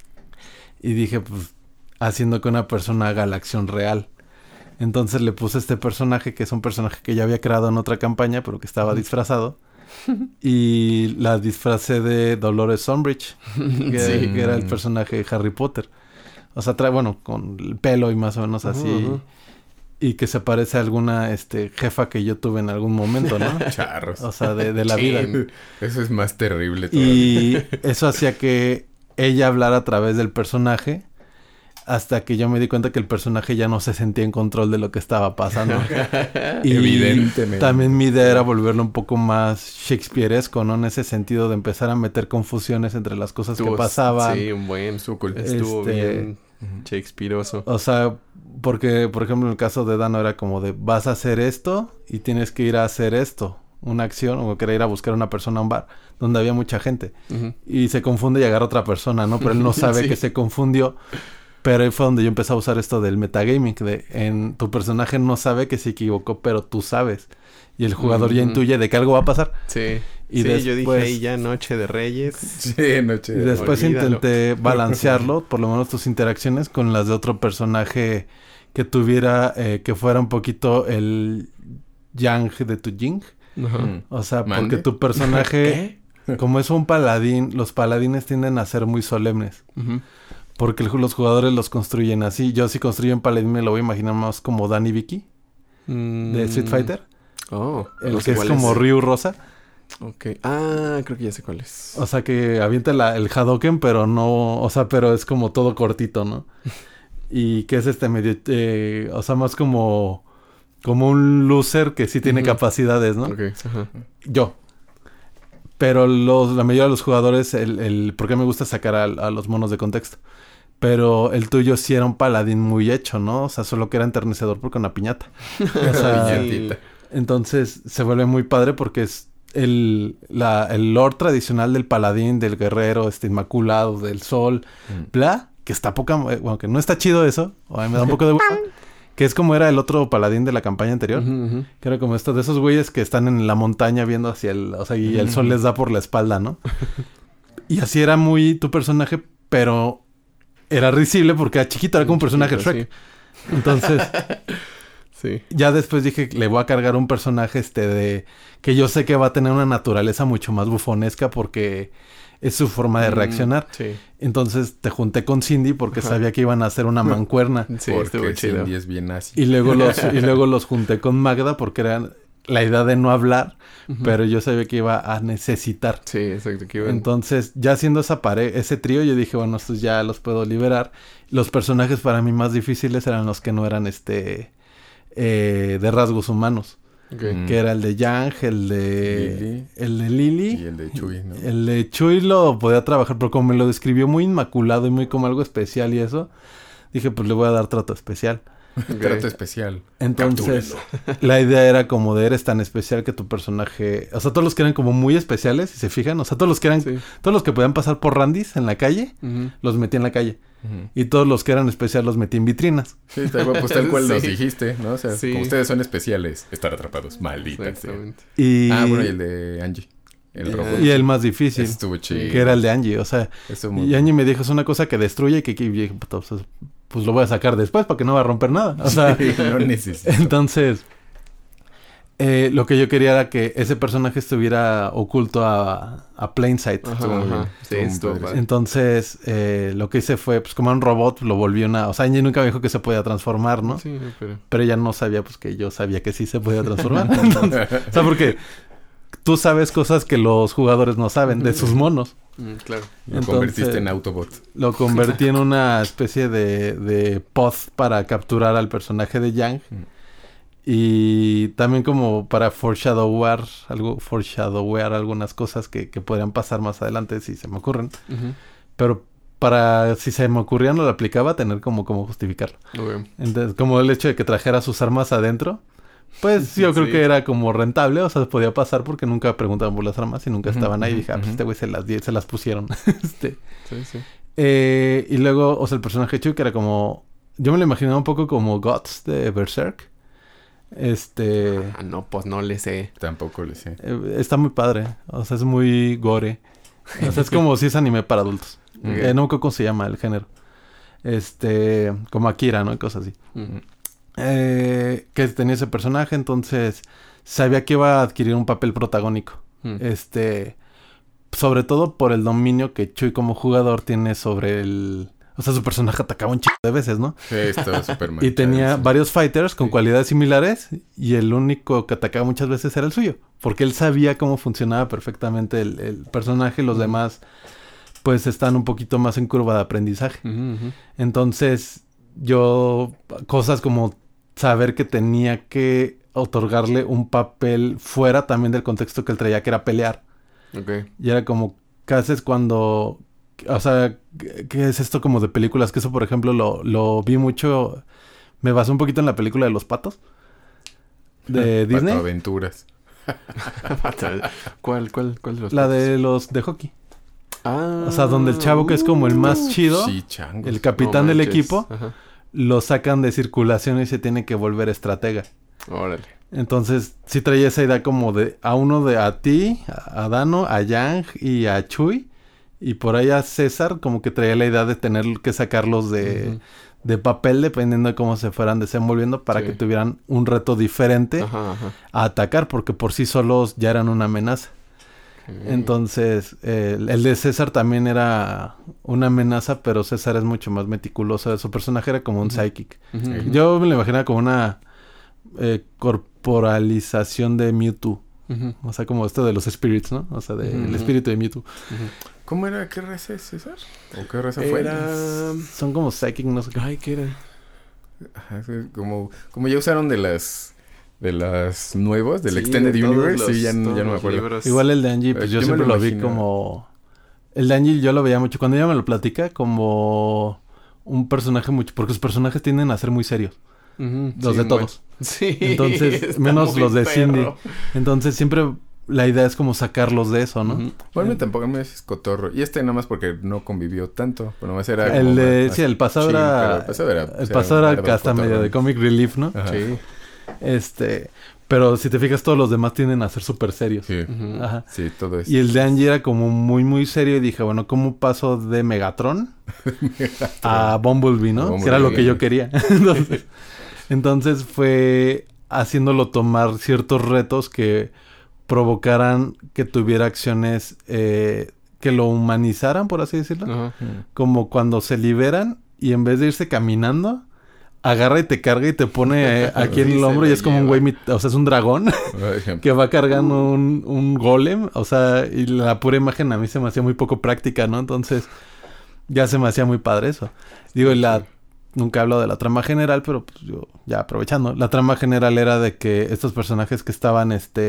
Y dije, pues, haciendo que una persona haga la acción real. Entonces le puse este personaje, que es un personaje que ya había creado en otra campaña, pero que estaba disfrazado. Y la disfracé de Dolores Umbridge, que era el personaje de Harry Potter. O sea, con el pelo y más o menos así. Y que se parece a alguna jefa que yo tuve en algún momento, ¿no? Charros. O sea, de la vida. Eso es más terrible todavía. Y eso hacía que ella hablara a través del personaje, hasta que yo me di cuenta que el personaje ya no se sentía en control de lo que estaba pasando. Y evidentemente. También mi idea era volverlo un poco más shakespearesco, ¿no? En ese sentido de empezar a meter confusiones entre las cosas que pasaban. Sí, un buen sucul. Estuvo bien shakespearoso. O sea, porque, por ejemplo, en el caso de Dano era como de, vas a hacer esto y tienes que ir a hacer esto. Una acción, o quería ir a buscar a una persona a un bar donde había mucha gente. Y se confunde y agarra a otra persona, ¿no? Pero él no sabe que se confundió. Pero ahí fue donde yo empecé a usar esto del metagaming, tu personaje no sabe que se equivocó, pero tú sabes. Y el jugador ya intuye de que algo va a pasar. Sí. Y después, yo dije, ahí ya Noche de Reyes. Sí, Noche de Reyes. Y después intenté balancearlo, por lo menos tus interacciones, con las de otro personaje que tuviera, que fuera un poquito el yang de tu Jing. O sea, porque tu personaje, como es un paladín, los paladines tienden a ser muy solemnes. Porque los jugadores los construyen así. Yo si construyo un paladín me lo voy a imaginar más como Danny Vicky de Street Fighter. El que es como Ryu Rosa. Ok. Ah, creo que ya sé cuál es. O sea, que avienta el Hadouken, pero no... O sea, pero es como todo cortito, ¿no? Y que es medio... o sea, más como un loser que sí tiene capacidades, ¿no? Okay. Yo. Pero la mayoría de los jugadores... ¿Por qué me gusta sacar a los monos de contexto? Pero el tuyo sí era un paladín muy hecho, ¿no? O sea, solo que era enternecedor porque una piñata. O sea, entonces se vuelve muy padre porque es el lore tradicional del paladín, del guerrero, inmaculado, del sol, bla, que está poca... Bueno, que no está chido eso. O a mí me da un poco de... Que es como era el otro paladín de la campaña anterior. Que era como de esos güeyes que están en la montaña viendo hacia el... O sea, y el sol les da por la espalda, ¿no? Y así era muy tu personaje, pero... Era risible porque era chiquito, era como un personaje Shrek. Sí. Entonces, ya después dije, le voy a cargar un personaje que yo sé que va a tener una naturaleza mucho más bufonesca porque es su forma de reaccionar. Entonces te junté con Cindy porque sabía que iban a hacer una mancuerna. Porque Cindy es bien así. Y luego los junté con Magda porque era la idea de no hablar, pero yo sabía que iba a necesitar. Sí, exacto. Entonces, ya haciendo ese trío, yo dije, bueno, estos ya los puedo liberar. Los personajes para mí más difíciles eran los que no eran de rasgos humanos. Que era el de Yang, el de Lily. Y el de Chuy, ¿no? El de Chuy lo podía trabajar, pero como me lo describió muy inmaculado y muy como algo especial y eso, dije, pues le voy a dar trato especial. Trato especial. Entonces, la idea era como de eres tan especial que tu personaje... O sea, todos los que eran como muy especiales, si se fijan. O sea, todos los que podían pasar por Randys en la calle, los metí en la calle. Y todos los que eran especiales los metí en vitrinas. Sí, pues tal cual los dijiste, ¿no? O sea, como ustedes son especiales, estar atrapados, maldita. Exactamente. Y el de Angie. El robot. Y el más difícil. Estuvo chido. Que era el de Angie. O sea, y Angie me dijo, es una cosa que destruye y que dije, pues lo voy a sacar después para que no va a romper nada. O sea, no necesito. Entonces, Lo que yo quería era que ese personaje estuviera oculto a plain sight. Ajá. Sí, entonces, lo que hice fue, pues como era un robot, lo volví una... O sea, Angie nunca me dijo que se podía transformar, ¿no? Sí, pero ella no sabía, pues que yo sabía que sí se podía transformar. Entonces, o sea, porque tú sabes cosas que los jugadores no saben de sus monos. Claro. Lo convertiste en Autobot. Lo convertí en una especie de pod para capturar al personaje de Yang. Y también como para foreshadowear algunas cosas que podrían pasar más adelante si se me ocurren. Pero para si se me ocurría no lo aplicaba, tener como justificarlo. Entonces, como el hecho de que trajera sus armas adentro, pues yo creo que era como rentable, o sea, podía pasar porque nunca preguntaban por las armas y nunca estaban ahí. Y dije, pues este güey se las pusieron. Y luego, o sea, el personaje Chuy, que era como... Yo me lo imaginaba un poco como Guts de Berserk. No, pues no le sé. Tampoco le sé. Está muy padre. O sea, es muy gore. O sea, es como si es anime para adultos. No me acuerdo cómo se llama el género. Como Akira, ¿no? Y cosas así. Que tenía ese personaje, entonces sabía que iba a adquirir un papel protagónico. Sobre todo por el dominio que Chuy como jugador tiene sobre el... O sea, su personaje atacaba un chico de veces, ¿no? Sí, estaba súper mal. Y tenía varios fighters con cualidades similares y el único que atacaba muchas veces era el suyo. Porque él sabía cómo funcionaba perfectamente el personaje y los demás pues están un poquito más en curva de aprendizaje. Entonces, cosas como saber que tenía que otorgarle un papel fuera también del contexto que él traía, que era pelear. Y era como, ¿qué haces cuando... O sea, ¿qué es esto como de películas? Que eso, por ejemplo, lo vi mucho... Me basé un poquito en la película de los patos. De Disney. Pato Aventuras. ¿Cuál de los patos? La de los de hockey. O sea, donde el chavo que es como el más chido, el capitán del equipo, lo sacan de circulación y se tiene que volver estratega. Órale. Entonces, sí traía esa idea como de... A ti, a Dano, a Yang y a Chuy... Y por ahí a César como que traía la idea de tener que sacarlos de papel dependiendo de cómo se fueran desenvolviendo para que tuvieran un reto diferente a atacar, porque por sí solos ya eran una amenaza. Entonces, el de César también era una amenaza, pero César es mucho más meticuloso. Su personaje era como un psychic. Yo me lo imaginaba como una corporalización de Mewtwo. O sea, como esto de los spirits, ¿no? O sea, el espíritu de Mewtwo. ¿Cómo era? ¿Qué raza es César? ¿O qué raza fue? Son como psychic, no sé qué. Ay, ¿qué era? Como ya usaron de las nuevos, del Extended Universe. Sí, ya no me acuerdo. Libros. Igual el de Angie, pues yo siempre lo vi como... El de Angie yo lo veía mucho. Cuando ella me lo platica, como un personaje mucho... Porque sus personajes tienden a ser muy serios. Los de todos. Sí. Entonces, menos los de Cindy. Entonces, siempre... La idea es como sacarlos de eso, ¿no? Bueno, tampoco me es cotorro. Y nada más porque no convivió tanto. Pero más era como... el pasado era... El pasado era hasta medio de comic relief, ¿no? Sí. Pero si te fijas, todos los demás tienden a ser súper serios. Sí. Sí, todo eso. Y el de Angie era como muy, muy serio. Y dije, bueno, ¿cómo paso de Megatron a Bumblebee, ¿no? Que era lo que yo quería. Entonces fue haciéndolo tomar ciertos retos que... provocaran que tuviera acciones que lo humanizaran, por así decirlo. Como cuando se liberan y en vez de irse caminando, agarra y te carga y te pone aquí en el hombro y es como un güey, o sea, es un dragón que va cargando un golem. O sea, y la pura imagen a mí se me hacía muy poco práctica, ¿no? Entonces, ya se me hacía muy padre eso. Digo, nunca he hablado de la trama general, pero pues yo ya aprovechando. La trama general era de que estos personajes que estaban,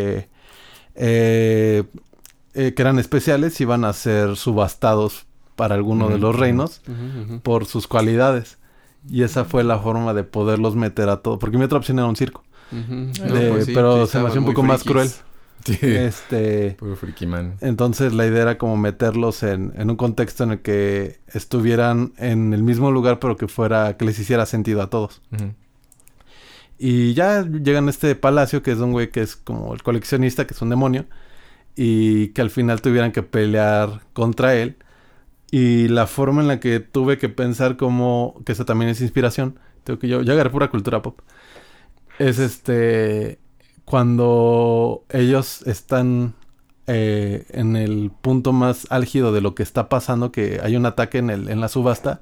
que eran especiales iban a ser subastados para alguno de los reinos por sus cualidades. Y esa fue la forma de poderlos meter a todos. Porque mi otra opción era un circo. Pues sí, pero se me hacía un poco más cruel. Sí. Puro friki man. Entonces la idea era como meterlos en un contexto en el que estuvieran en el mismo lugar, pero que les hiciera sentido a todos. Y ya llegan a este palacio que es un güey que es como el coleccionista, que es un demonio. Y que al final tuvieran que pelear contra él. Y la forma en la que tuve que pensar como... Que eso también es inspiración. Tengo que yo agarré pura cultura pop. Es cuando ellos están en el punto más álgido de lo que está pasando, que hay un ataque en la subasta,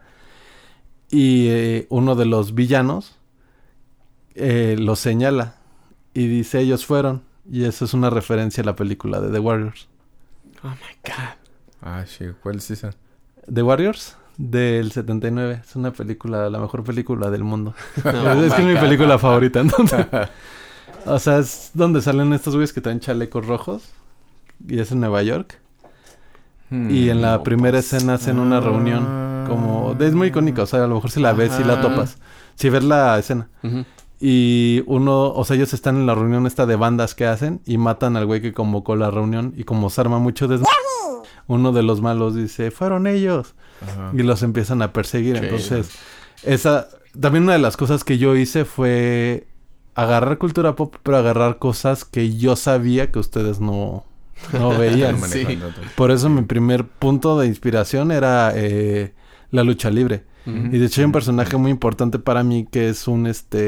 y uno de los villanos lo señala y dice ellos fueron, y eso es una referencia a la película de The Warriors. Oh my God. Ah, sí, ¿cuál es esa? The Warriors del 79. Es una película, la mejor película del mundo. Oh es que es mi película favorita, entonces. O sea, es donde salen estos güeyes que traen chalecos rojos. Y es en Nueva York. Y en la primera escena hacen una reunión. Como... Es muy icónica. O sea, a lo mejor si la ves, si la topas. Si ves la escena. Uh-huh. Y o sea, ellos están en la reunión esta de bandas que hacen. Y matan al güey que convocó la reunión. Y como se arma mucho uno de los malos dice, fueron ellos. Ajá. Y los empiezan a perseguir. Sí. Entonces, también una de las cosas que yo hice fue agarrar cultura pop, pero agarrar cosas que yo sabía que ustedes no veían. Sí. Por eso mi primer punto de inspiración era la lucha libre. Uh-huh. Y de hecho hay un personaje muy importante para mí que es un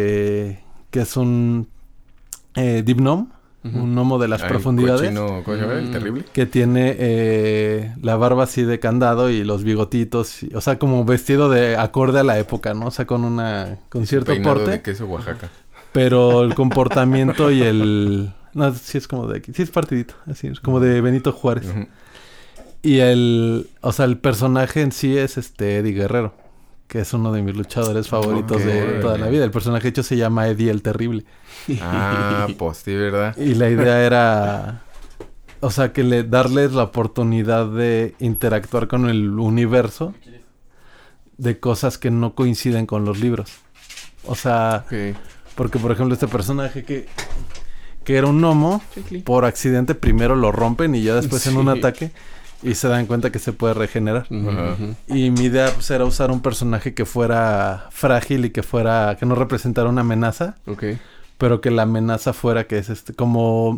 Deep Gnome. Uh-huh. Un gnomo de las profundidades. Cochino, ¿cómo se llama? El terrible. Que tiene la barba así de candado y los bigotitos. O sea, como vestido de acorde a la época, ¿no? O sea, con cierto porte. De queso Oaxaca. Pero el comportamiento y el... No, sí es como de aquí. Sí es partidito. Así es como de Benito Juárez. Uh-huh. Y el personaje en sí es Eddie Guerrero. Que es uno de mis luchadores favoritos de toda la vida. El personaje hecho se llama Eddie el Terrible. Ah, pues sí, ¿verdad? Y la idea era... O sea, que darles la oportunidad de interactuar con el universo de cosas que no coinciden con los libros. O sea... Porque, por ejemplo, este personaje que era un gnomo, por accidente primero lo rompen y ya después en un ataque... Y se dan cuenta que se puede regenerar. Uh-huh. Y mi idea pues, era usar un personaje que fuera frágil y que no representara una amenaza. Okay. Pero que la amenaza fuera que es como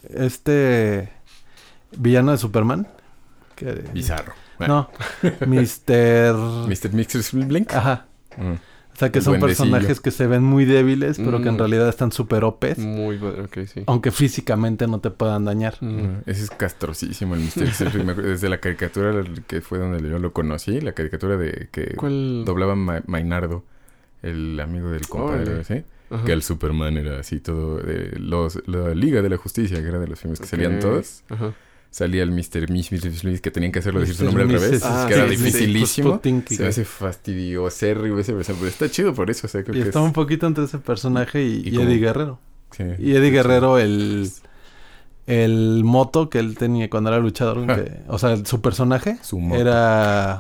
villano de Superman. Bizarro. No. Mr. Blink. Ajá. O sea, que son personajes que se ven muy débiles, pero que en realidad están súper OPs. Muy bueno, sí. Aunque físicamente no te puedan dañar. Ese es castrosísimo el Mr. Desde la caricatura que fue donde yo lo conocí, la caricatura de que doblaba Mainardo, el amigo del compadre, ¿sí? Ajá. Que el Superman era así todo... la Liga de la Justicia, que era de los filmes que salían todos. Ajá. Salía el Mr. Smith, que tenían que hacerlo decir su nombre al revés. Que era dificilísimo. Se hace fastidioso. Está chido por eso. O sea, creo y que está un poquito entre ese personaje y Eddie Guerrero. Sí, y Eddie Guerrero, el moto que él tenía cuando era luchador. O sea, su personaje era...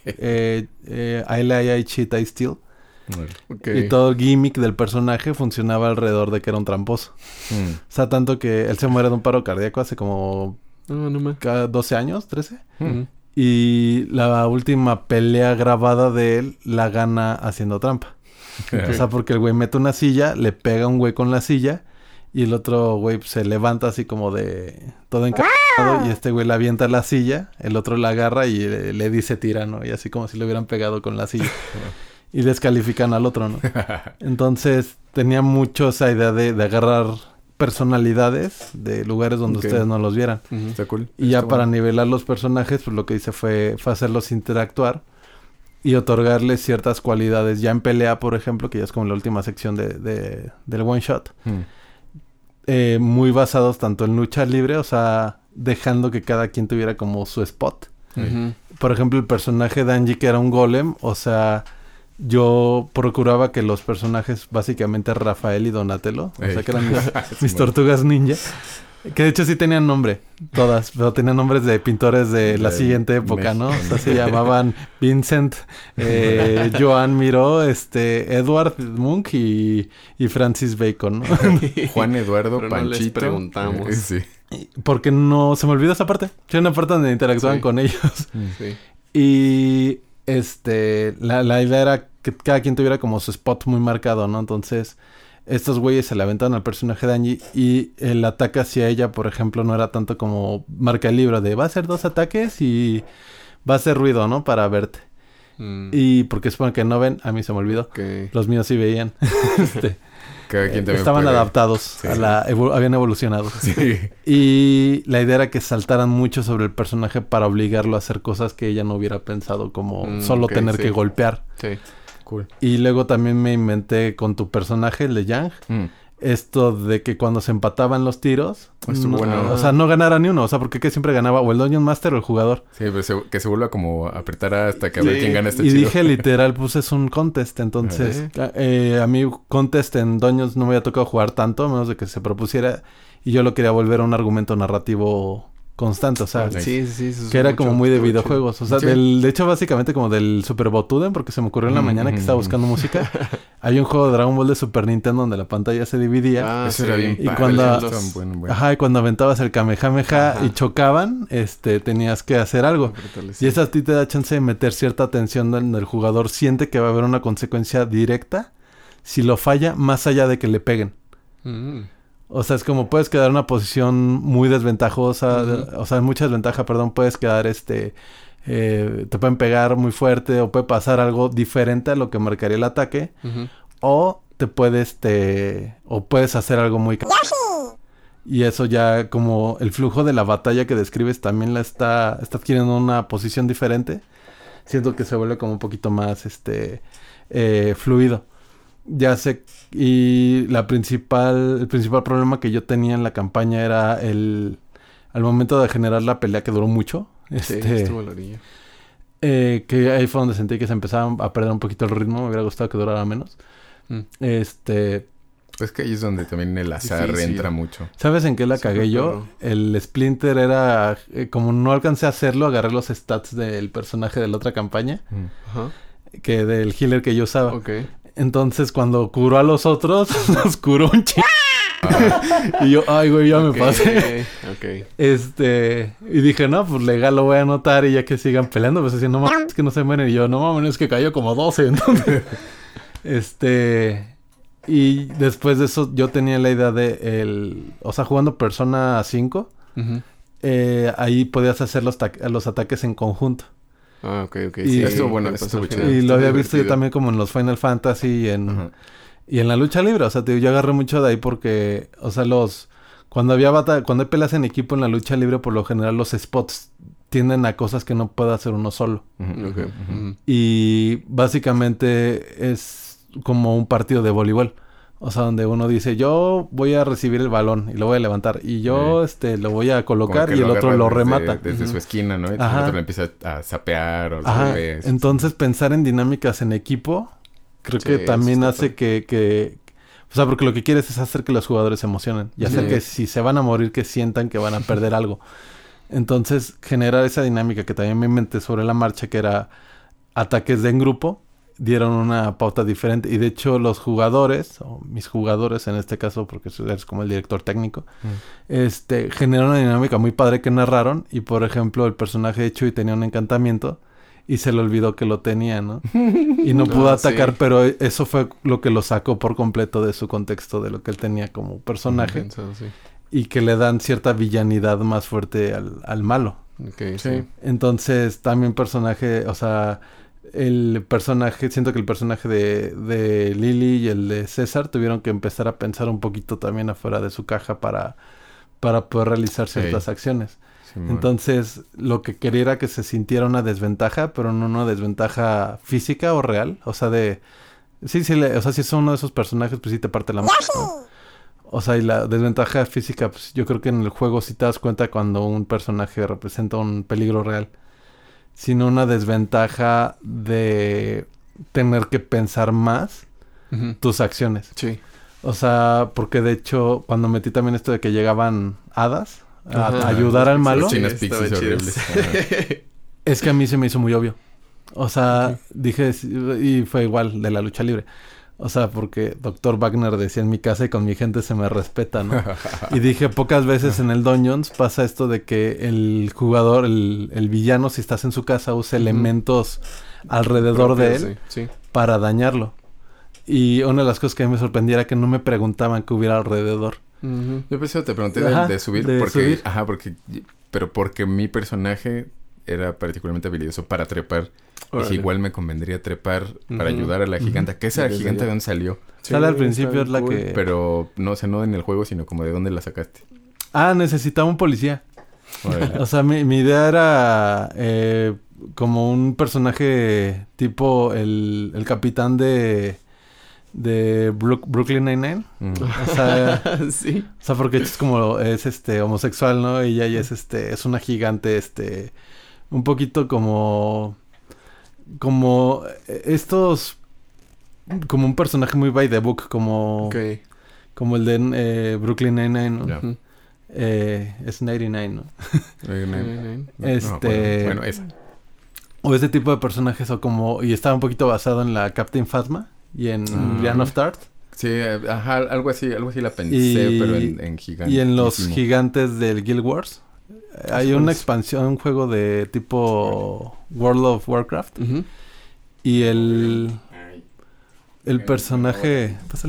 I lie, I cheat, I steal. Y todo el gimmick del personaje funcionaba alrededor de que era un tramposo. O sea, tanto que él se muere de un paro cardíaco hace como... cada 12 años, 13. Uh-huh. Y la última pelea grabada de él la gana haciendo trampa. O sea, porque el güey mete una silla, le pega a un güey con la silla y el otro güey se levanta así como de todo encabronado y este güey le avienta la silla, el otro la agarra y le dice tirano y así como si le hubieran pegado con la silla. Y descalifican al otro, ¿no? Entonces tenía mucho esa idea de agarrar personalidades de lugares donde ustedes no los vieran. Uh-huh. Está cool. Y ya para nivelar los personajes, pues lo que hice fue hacerlos interactuar y otorgarles ciertas cualidades ya en pelea, por ejemplo, que ya es como la última sección del one shot. Muy basados tanto en lucha libre, o sea, dejando que cada quien tuviera como su spot. Uh-huh. Por ejemplo, el personaje de Angie, que era un golem, o sea... Yo procuraba que los personajes, básicamente Rafael y Donatello, o sea que eran mis tortugas ninja, que de hecho sí tenían nombre, todas, pero tenían nombres de pintores de la siguiente época, ¿no? O sea, se llamaban Vincent, Joan Miró, Edward Munch y Francis Bacon, ¿no? Juan Eduardo pero Panchito. No les preguntamos. Sí. Porque no, se me olvidó esa parte. Era una parte donde interactuaban con ellos. Sí. Y... la idea era que cada quien tuviera como su spot muy marcado, ¿no? Entonces, estos güeyes se le aventaron al personaje de Angie y el ataque hacia ella, por ejemplo, no era tanto como marca el libro de va a ser 2 ataques y va a hacer ruido, ¿no? Para verte. Y porque supongo que no ven, a mí se me olvidó. Los míos sí veían. Cada quien también estaban puede... adaptados Sí. habían evolucionado. Sí. Y la idea era que saltaran mucho sobre el personaje para obligarlo a hacer cosas que ella no hubiera pensado, como solo tener que golpear. Sí. Cool. Y luego también me inventé con tu personaje, el de Yang, esto de que cuando se empataban los tiros, o sea, no ganara ni uno. O sea, porque que siempre ganaba o el Dungeon Master o el jugador. Sí, pues que se vuelva como a apretar hasta que a ver quién gana este y chido. dije literal, pues es un contest. Entonces, a mí contest en Dungeons no me había tocado jugar tanto, a menos de que se propusiera. Y yo lo quería volver a un argumento narrativo constante, o sea, sí, que era como muy de videojuegos, o sea, de hecho básicamente como del Super Botuden, porque se me ocurrió en la mañana que estaba buscando música. Hay un juego de Dragon Ball de Super Nintendo donde la pantalla se dividía. Eso era bien y padre. y cuando aventabas el Kamehameha y chocaban, tenías que hacer algo. Y eso a ti te da chance de meter cierta atención donde el jugador siente que va a haber una consecuencia directa si lo falla, más allá de que le peguen. O sea, es como puedes quedar en una posición muy desventajosa, o sea, mucha desventaja, perdón, puedes quedar, te pueden pegar muy fuerte o puede pasar algo diferente a lo que marcaría el ataque, o te puedes, o puedes hacer algo muy... Y eso ya como el flujo de la batalla que describes también está adquiriendo una posición diferente. Siento que se vuelve como un poquito más, fluido. Ya sé, y el principal problema que yo tenía en la campaña era al momento de generar la pelea que duró mucho. Estuvo la orilla. Que ahí fue donde sentí que se empezaba a perder un poquito el ritmo. Me hubiera gustado que durara menos. Pues que ahí es donde también el azar entra mucho. ¿Sabes en qué la cagué yo? El Splinter era... como no alcancé a hacerlo, agarré los stats del personaje de la otra campaña. Que del healer que yo usaba. Entonces, cuando curó a los otros, nos curó un chingo. Y yo, ay, güey, ya me pasé. Y dije, no, pues legal, lo voy a anotar y ya que sigan peleando. Pues así, no mames, es que no se mueren. Y yo, no mames, es que cayó como 12. Entonces, y después de eso, yo tenía la idea o sea, jugando Persona 5, ahí podías hacer los ataques en conjunto. Y estuvo chido. Y lo había visto yo también como en los Final Fantasy y en la lucha libre. O sea, yo agarré mucho de ahí porque, o sea, cuando hay peleas en equipo en la lucha libre, por lo general los spots tienden a cosas que no puede hacer uno solo. Y básicamente es como un partido de voleibol. O sea, donde uno dice, yo voy a recibir el balón y lo voy a levantar. Y yo, lo voy a colocar y el otro lo remata. Desde su esquina, ¿no? Y el otro lo empieza a zapear o Entonces, pensar en dinámicas en equipo, creo que también hace que... O sea, porque lo que quieres es hacer que los jugadores se emocionen. Y hacer que si se van a morir, que sientan que van a perder algo. Entonces, generar esa dinámica que también me inventé sobre la marcha, que era ataques en grupo, dieron una pauta diferente. Y de hecho los jugadores, o mis jugadores en este caso, porque eres como el director técnico, generaron una dinámica muy padre que narraron. Y por ejemplo, el personaje de Chuy tenía un encantamiento y se le olvidó que lo tenía, ¿no? Y no pudo atacar, pero eso fue lo que lo sacó por completo de su contexto, de lo que él tenía como personaje. Y que le dan cierta villanidad más fuerte al malo. Entonces, también personaje, o sea... siento que el personaje de Lily y el de César tuvieron que empezar a pensar un poquito también afuera de su caja para poder realizar ciertas acciones. Entonces, lo que quería era que se sintiera una desventaja, pero no una desventaja física o real. O sea, o sea, si es uno de esos personajes, pues sí te parte la mano, ¿no? O sea, y la desventaja física, pues yo creo que en el juego sí te das cuenta cuando un personaje representa un peligro real. Sino una desventaja de tener que pensar más tus acciones. O sea, porque de hecho, cuando metí también esto de que llegaban hadas a ayudar al malo. Es que a mí se me hizo muy obvio. O sea, dije, y fue igual de la lucha libre. O sea, porque Dr. Wagner decía en mi casa y con mi gente se me respeta, ¿no? Y dije, pocas veces en el Dungeons pasa esto de que el jugador, el villano, si estás en su casa, usa elementos alrededor de él para dañarlo. Y una de las cosas que a mí me sorprendía era que no me preguntaban qué hubiera alrededor. Yo pensé, te pregunté de subir, porque mi personaje era particularmente habilidoso para trepar. Dije, igual me convendría trepar para ayudar a la giganta. ¿Qué es la giganta de dónde salió? Sí, sale al principio, es la cool. Que... Pero no, o sea, no en el juego, sino como de dónde la sacaste. Necesitaba un policía. O sea, mi idea era como un personaje tipo el capitán de Brooklyn Nine-Nine. O sea, sí. O sea, porque es como es homosexual, ¿no? Y ella es una gigante, un poquito como estos, como un personaje muy by the book, como el de Brooklyn Nine-Nine, ¿no? Yeah. Es 99, ¿no? 99. Bueno, esa. O ese tipo de personajes, o como... Y estaba un poquito basado en la Captain Phasma y en Brienne of Tarth. Sí, ajá, algo así la pensé, pero en gigantes. Y en los gigantes del Guild Wars. Hay una expansión, un juego de tipo World of Warcraft. Y el personaje... Pásale.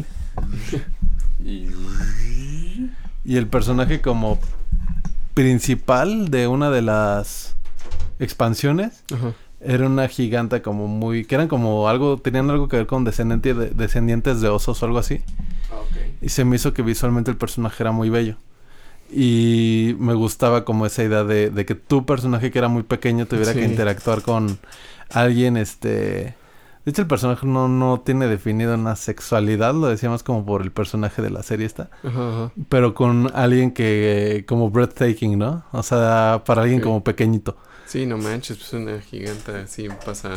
Y el personaje como principal de una de las expansiones era una giganta como muy... Que eran como algo... Tenían algo que ver con descendientes de osos o algo así. Y se me hizo que visualmente el personaje era muy bello. Y me gustaba como esa idea de que tu personaje, que era muy pequeño, tuviera que interactuar con alguien, De hecho, el personaje no tiene definido una sexualidad, lo decíamos como por el personaje de la serie esta. Pero con alguien que... como breathtaking, ¿no? O sea, para alguien como pequeñito. Sí, no manches, pues una giganta así pasa...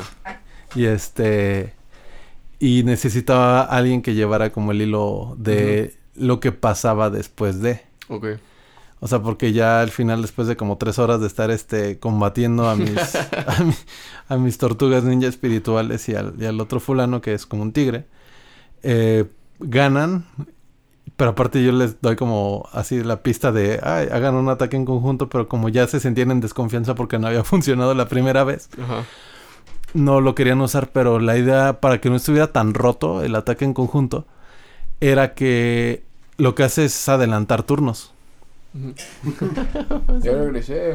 Y necesitaba alguien que llevara como el hilo de lo que pasaba después de. O sea, porque ya al final, después de como 3 horas de estar combatiendo a mis tortugas ninja espirituales y al otro fulano que es como un tigre, ganan, pero aparte yo les doy como así la pista de hagan un ataque en conjunto, pero como ya se sentían en desconfianza porque no había funcionado la primera vez, no lo querían usar, pero la idea para que no estuviera tan roto el ataque en conjunto era que lo que hace es adelantar turnos. Ya regresé.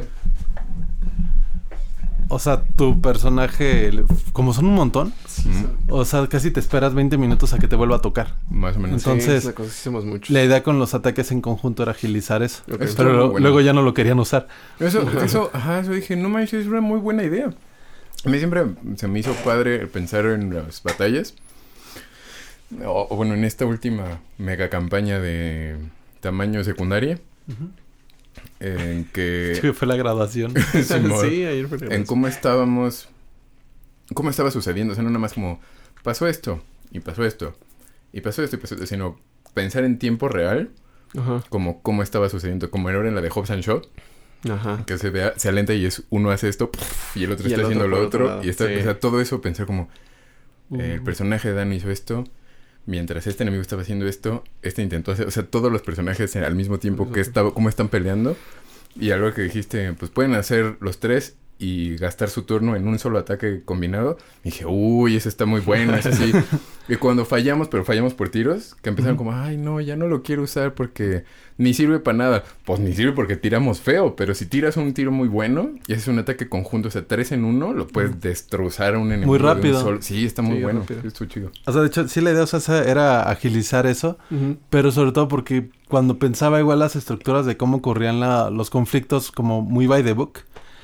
O sea, tu personaje, como son un montón, o sea, casi te esperas 20 minutos a que te vuelva a tocar. Más o menos. Entonces, la idea con los ataques en conjunto era agilizar eso. Pero luego ya no lo querían usar. Eso dije, no manches, es una muy buena idea. A mí siempre se me hizo padre pensar en las batallas. O bueno, en esta última mega campaña de tamaño secundaria. En que... Sí, fue la graduación. Sí, ayer fue la graduación. En cómo estaba sucediendo. O sea, no nada más como... Pasó esto. Y pasó esto. Y pasó esto. Y pasó esto. Sino pensar en tiempo real. Como cómo estaba sucediendo. Como era en la de Hobbs and Shaw. Que se alenta y uno hace esto. Y el otro está haciendo lo otro. Y está, o sea, todo eso pensar como... El personaje de Dan hizo esto... Mientras este enemigo estaba haciendo esto, intentó hacer... O sea, todos los personajes al mismo tiempo cómo están peleando. Y algo que dijiste, pues pueden hacer los 3 y gastar su turno en un solo ataque combinado. Y dije, uy, eso está muy bueno, es así. Y cuando fallamos por tiros, que empezaron como, ay, no, ya no lo quiero usar porque ni sirve para nada. Pues ni sirve porque tiramos feo, pero si tiras un tiro muy bueno y haces un ataque conjunto, o sea, 3 en 1, lo puedes destrozar a un enemigo. Muy rápido. Sí, está muy bueno. Estuvo chido. O sea, de hecho, sí la idea era agilizar eso, pero sobre todo porque cuando pensaba igual las estructuras de cómo ocurrían los conflictos como muy by the book,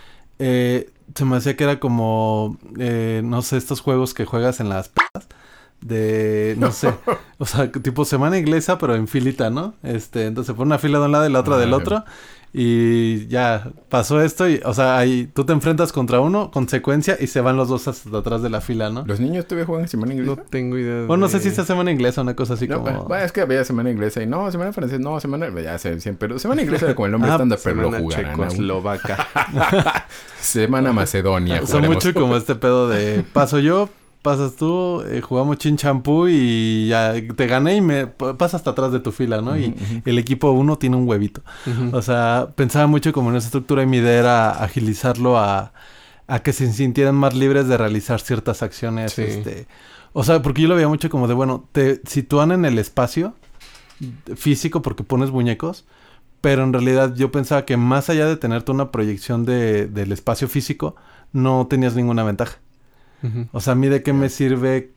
se me hacía que era como, no sé, estos juegos que juegas en las p***as de, no sé, o sea, tipo semana inglesa, pero en filita, ¿no? Entonces se pone una fila de un lado y la otra del otro, y ya pasó esto, y, o sea, ahí tú te enfrentas contra uno con secuencia y se van los dos hasta atrás de la fila, ¿no? ¿Los niños todavía juegan semana inglesa? No tengo idea. Bueno, no sé si sea semana inglesa o una cosa así como... Es que había semana inglesa y no, semana francesa, no, semana... Ya sé, pero semana inglesa era como el nombre estándar, pero lo jugarán. Checoslovaca. Semana Macedonia. O sea, mucho como este pedo de paso yo, pasas tú, jugamos chin champú y ya te gané y me pasas hasta atrás de tu fila, ¿no? Y el equipo 1 tiene un huevito. O sea, pensaba mucho como en esa estructura y mi idea era agilizarlo a que se sintieran más libres de realizar ciertas acciones. O sea, porque yo lo veía mucho como de, bueno, te sitúan en el espacio físico porque pones muñecos, Pero en realidad yo pensaba que más allá de tenerte una proyección del espacio físico, no tenías ninguna ventaja. Uh-huh. O sea, a mí de qué me sirve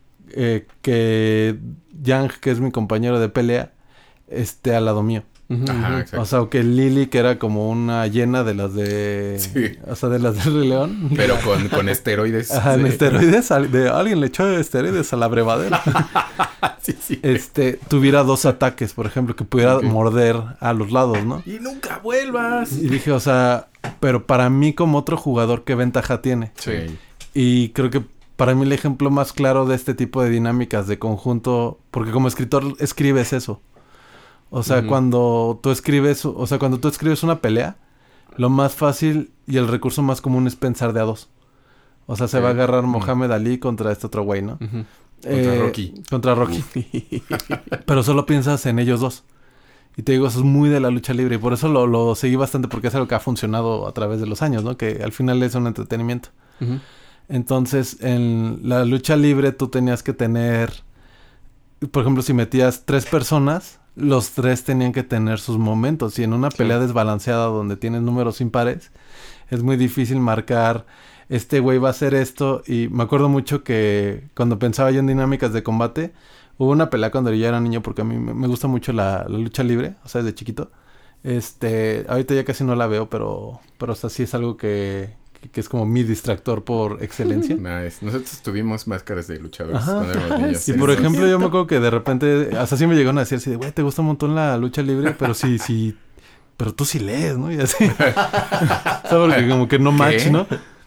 que Yang, que es mi compañero de pelea, esté al lado mío. Uh-huh. Ajá, o sea, o que Lily, que era como una hiena de las de... Sí. O sea, de las del Rey León. Pero con esteroides. Ajá, en esteroides. Alguien le echó esteroides a la abrevadera. Sí. Tuviera 2 ataques, por ejemplo, que pudiera morder a los lados, ¿no? ¡Y nunca vuelvas! Y dije, o sea... Pero para mí, como otro jugador, ¿qué ventaja tiene? Sí. Y creo que para mí el ejemplo más claro de este tipo de dinámicas de conjunto... Porque como escritor escribes eso. O sea, cuando tú escribes una pelea, lo más fácil y el recurso más común es pensar de a 2. O sea, se va a agarrar Mohamed Ali contra este otro güey, ¿no? Contra Rocky. Pero solo piensas en ellos 2. Y te digo, eso es muy de la lucha libre. Y por eso lo seguí bastante, porque es algo que ha funcionado a través de los años, ¿no? Que al final es un entretenimiento. Uh-huh. Entonces, en la lucha libre tú tenías que tener... Por ejemplo, si metías 3 personas... Los 3 tenían que tener sus momentos. Y en una pelea desbalanceada donde tienes números impares, es muy difícil marcar, este güey va a hacer esto. Y me acuerdo mucho que cuando pensaba yo en dinámicas de combate, hubo una pelea cuando yo era niño, porque a mí me gusta mucho la lucha libre, o sea, desde chiquito. Ahorita ya casi no la veo, pero o sea, sí es algo que es como mi distractor por excelencia. Nice. Nosotros tuvimos máscaras de luchadores cuando éramos niños. Y por ejemplo, yo me acuerdo que de repente, hasta así me llegaron a decir así de, güey, te gusta un montón la lucha libre, pero sí, pero tú sí lees, ¿no? Y así. O sea, porque como que no match, ¿no?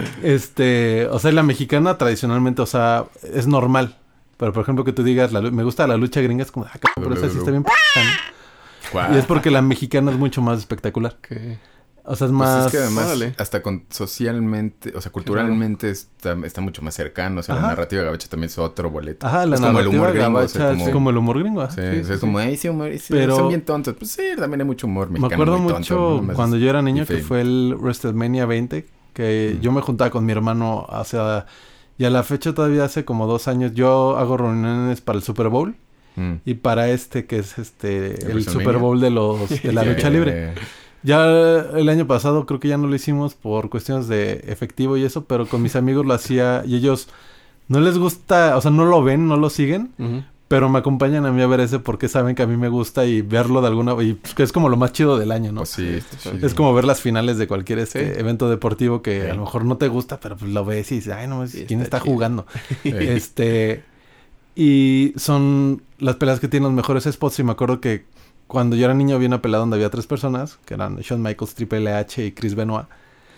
O sea, la mexicana tradicionalmente, o sea, es normal. Pero por ejemplo que tú digas, me gusta la lucha gringa, es como, pero esa sí está bien ¿no? Y es porque la mexicana es mucho más espectacular. Okay. O sea, es más... Pues es que además, hasta socialmente, o sea, culturalmente está mucho más cercano. O sea, la narrativa gabacha también es otro boleto. Ajá, la narrativa gabacha es como el humor gringo. Sí, es como, ese humor, son bien tontos. Pues sí, también hay mucho humor mexicano. Me acuerdo mucho tonto, cuando yo era niño, que fue el WrestleMania 20, que yo me juntaba con mi hermano y a la fecha todavía hace como 2 años, yo hago reuniones para el Super Bowl. Y para que es el Super Bowl de la lucha libre. Ya el año pasado creo que ya no lo hicimos por cuestiones de efectivo y eso, pero con mis amigos lo hacía y ellos no les gusta, o sea, no lo ven, no lo siguen, pero me acompañan a mí a ver ese porque saben que a mí me gusta y verlo de alguna... Y pues, que es como lo más chido del año, ¿no? Pues sí, es como ver las finales de cualquier evento deportivo que a lo mejor no te gusta, pero pues lo ves y dices, ay, no, ¿quién está jugando? Y son las peleas que tienen los mejores spots y me acuerdo que cuando yo era niño había una pelea donde había 3 personas, que eran Shawn Michaels, Triple H y Chris Benoit.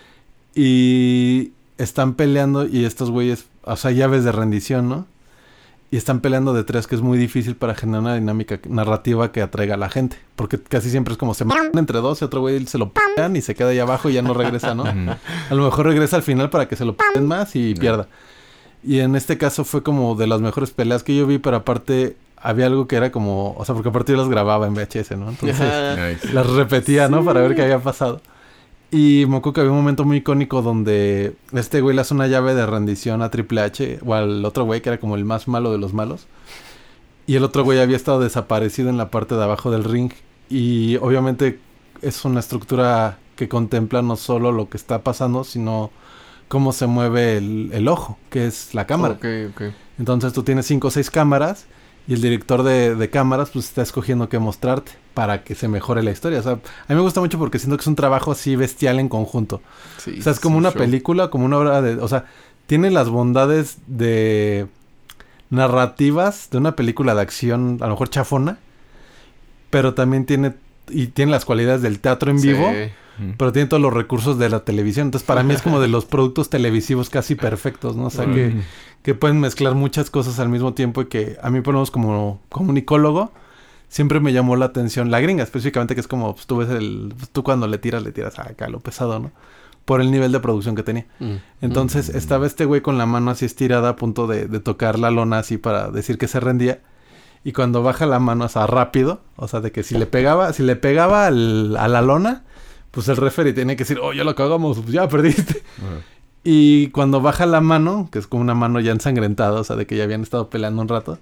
Y están peleando y estos güeyes, o sea, llaves de rendición, ¿no? Y están peleando de 3, que es muy difícil para generar una dinámica narrativa que atraiga a la gente. Porque casi siempre es como se matan entre 2 y otro güey se lo pegan y se queda ahí abajo y ya no regresa, ¿no? A lo mejor regresa al final para que se lo peguen más y pierda. Y en este caso fue como de las mejores peleas que yo vi, pero aparte... Había algo que era como... O sea, porque aparte yo las grababa en VHS, ¿no? Entonces, las repetía, ¿no? Para ver qué había pasado. Y me acuerdo que había un momento muy icónico donde... Este güey le hace una llave de rendición a Triple H... O al otro güey, que era como el más malo de los malos. Y el otro güey había estado desaparecido en la parte de abajo del ring. Y obviamente es una estructura que contempla no solo lo que está pasando, sino... cómo se mueve el ojo, que es la cámara. Okay. Entonces tú tienes 5 o 6 cámaras... Y el director de cámaras, pues, está escogiendo qué mostrarte para que se mejore la historia. O sea, a mí me gusta mucho porque siento que es un trabajo así bestial en conjunto. Sí, o sea, es como una película, como una obra de... O sea, tiene las bondades de narrativas de una película de acción, a lo mejor chafona. Pero también tiene las cualidades del teatro en vivo. Pero tiene todos los recursos de la televisión. Entonces, para mí es como de los productos televisivos casi perfectos, ¿no? O sea, que pueden mezclar muchas cosas al mismo tiempo y que a mí, por lo menos, como comunicólogo, siempre me llamó la atención. La gringa, específicamente, que es como, pues, tú ves tú cuando le tiras acá lo pesado, ¿no? Por el nivel de producción que tenía. Entonces, estaba este güey con la mano así estirada a punto de tocar la lona así para decir que se rendía. Y cuando baja la mano, o sea, rápido, o sea, de que si le pegaba a la lona... Pues el referee tiene que decir, ya lo cagamos, pues ya perdiste. Y cuando baja la mano, que es como una mano ya ensangrentada, o sea, de que ya habían estado peleando un rato,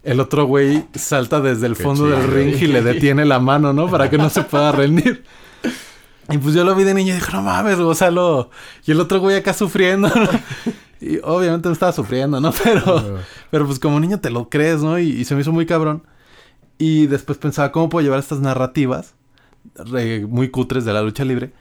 el otro güey salta desde el fondo del ring y le detiene la mano, ¿no? Para que no se pueda rendir. Y pues yo lo vi de niño y dije, no mames, gózalo. Y el otro güey acá sufriendo, ¿no? Y obviamente no estaba sufriendo, ¿no? Pero pues como niño te lo crees, ¿no? Y se me hizo muy cabrón. Y después pensaba, ¿cómo puedo llevar estas narrativas muy cutres de la lucha libre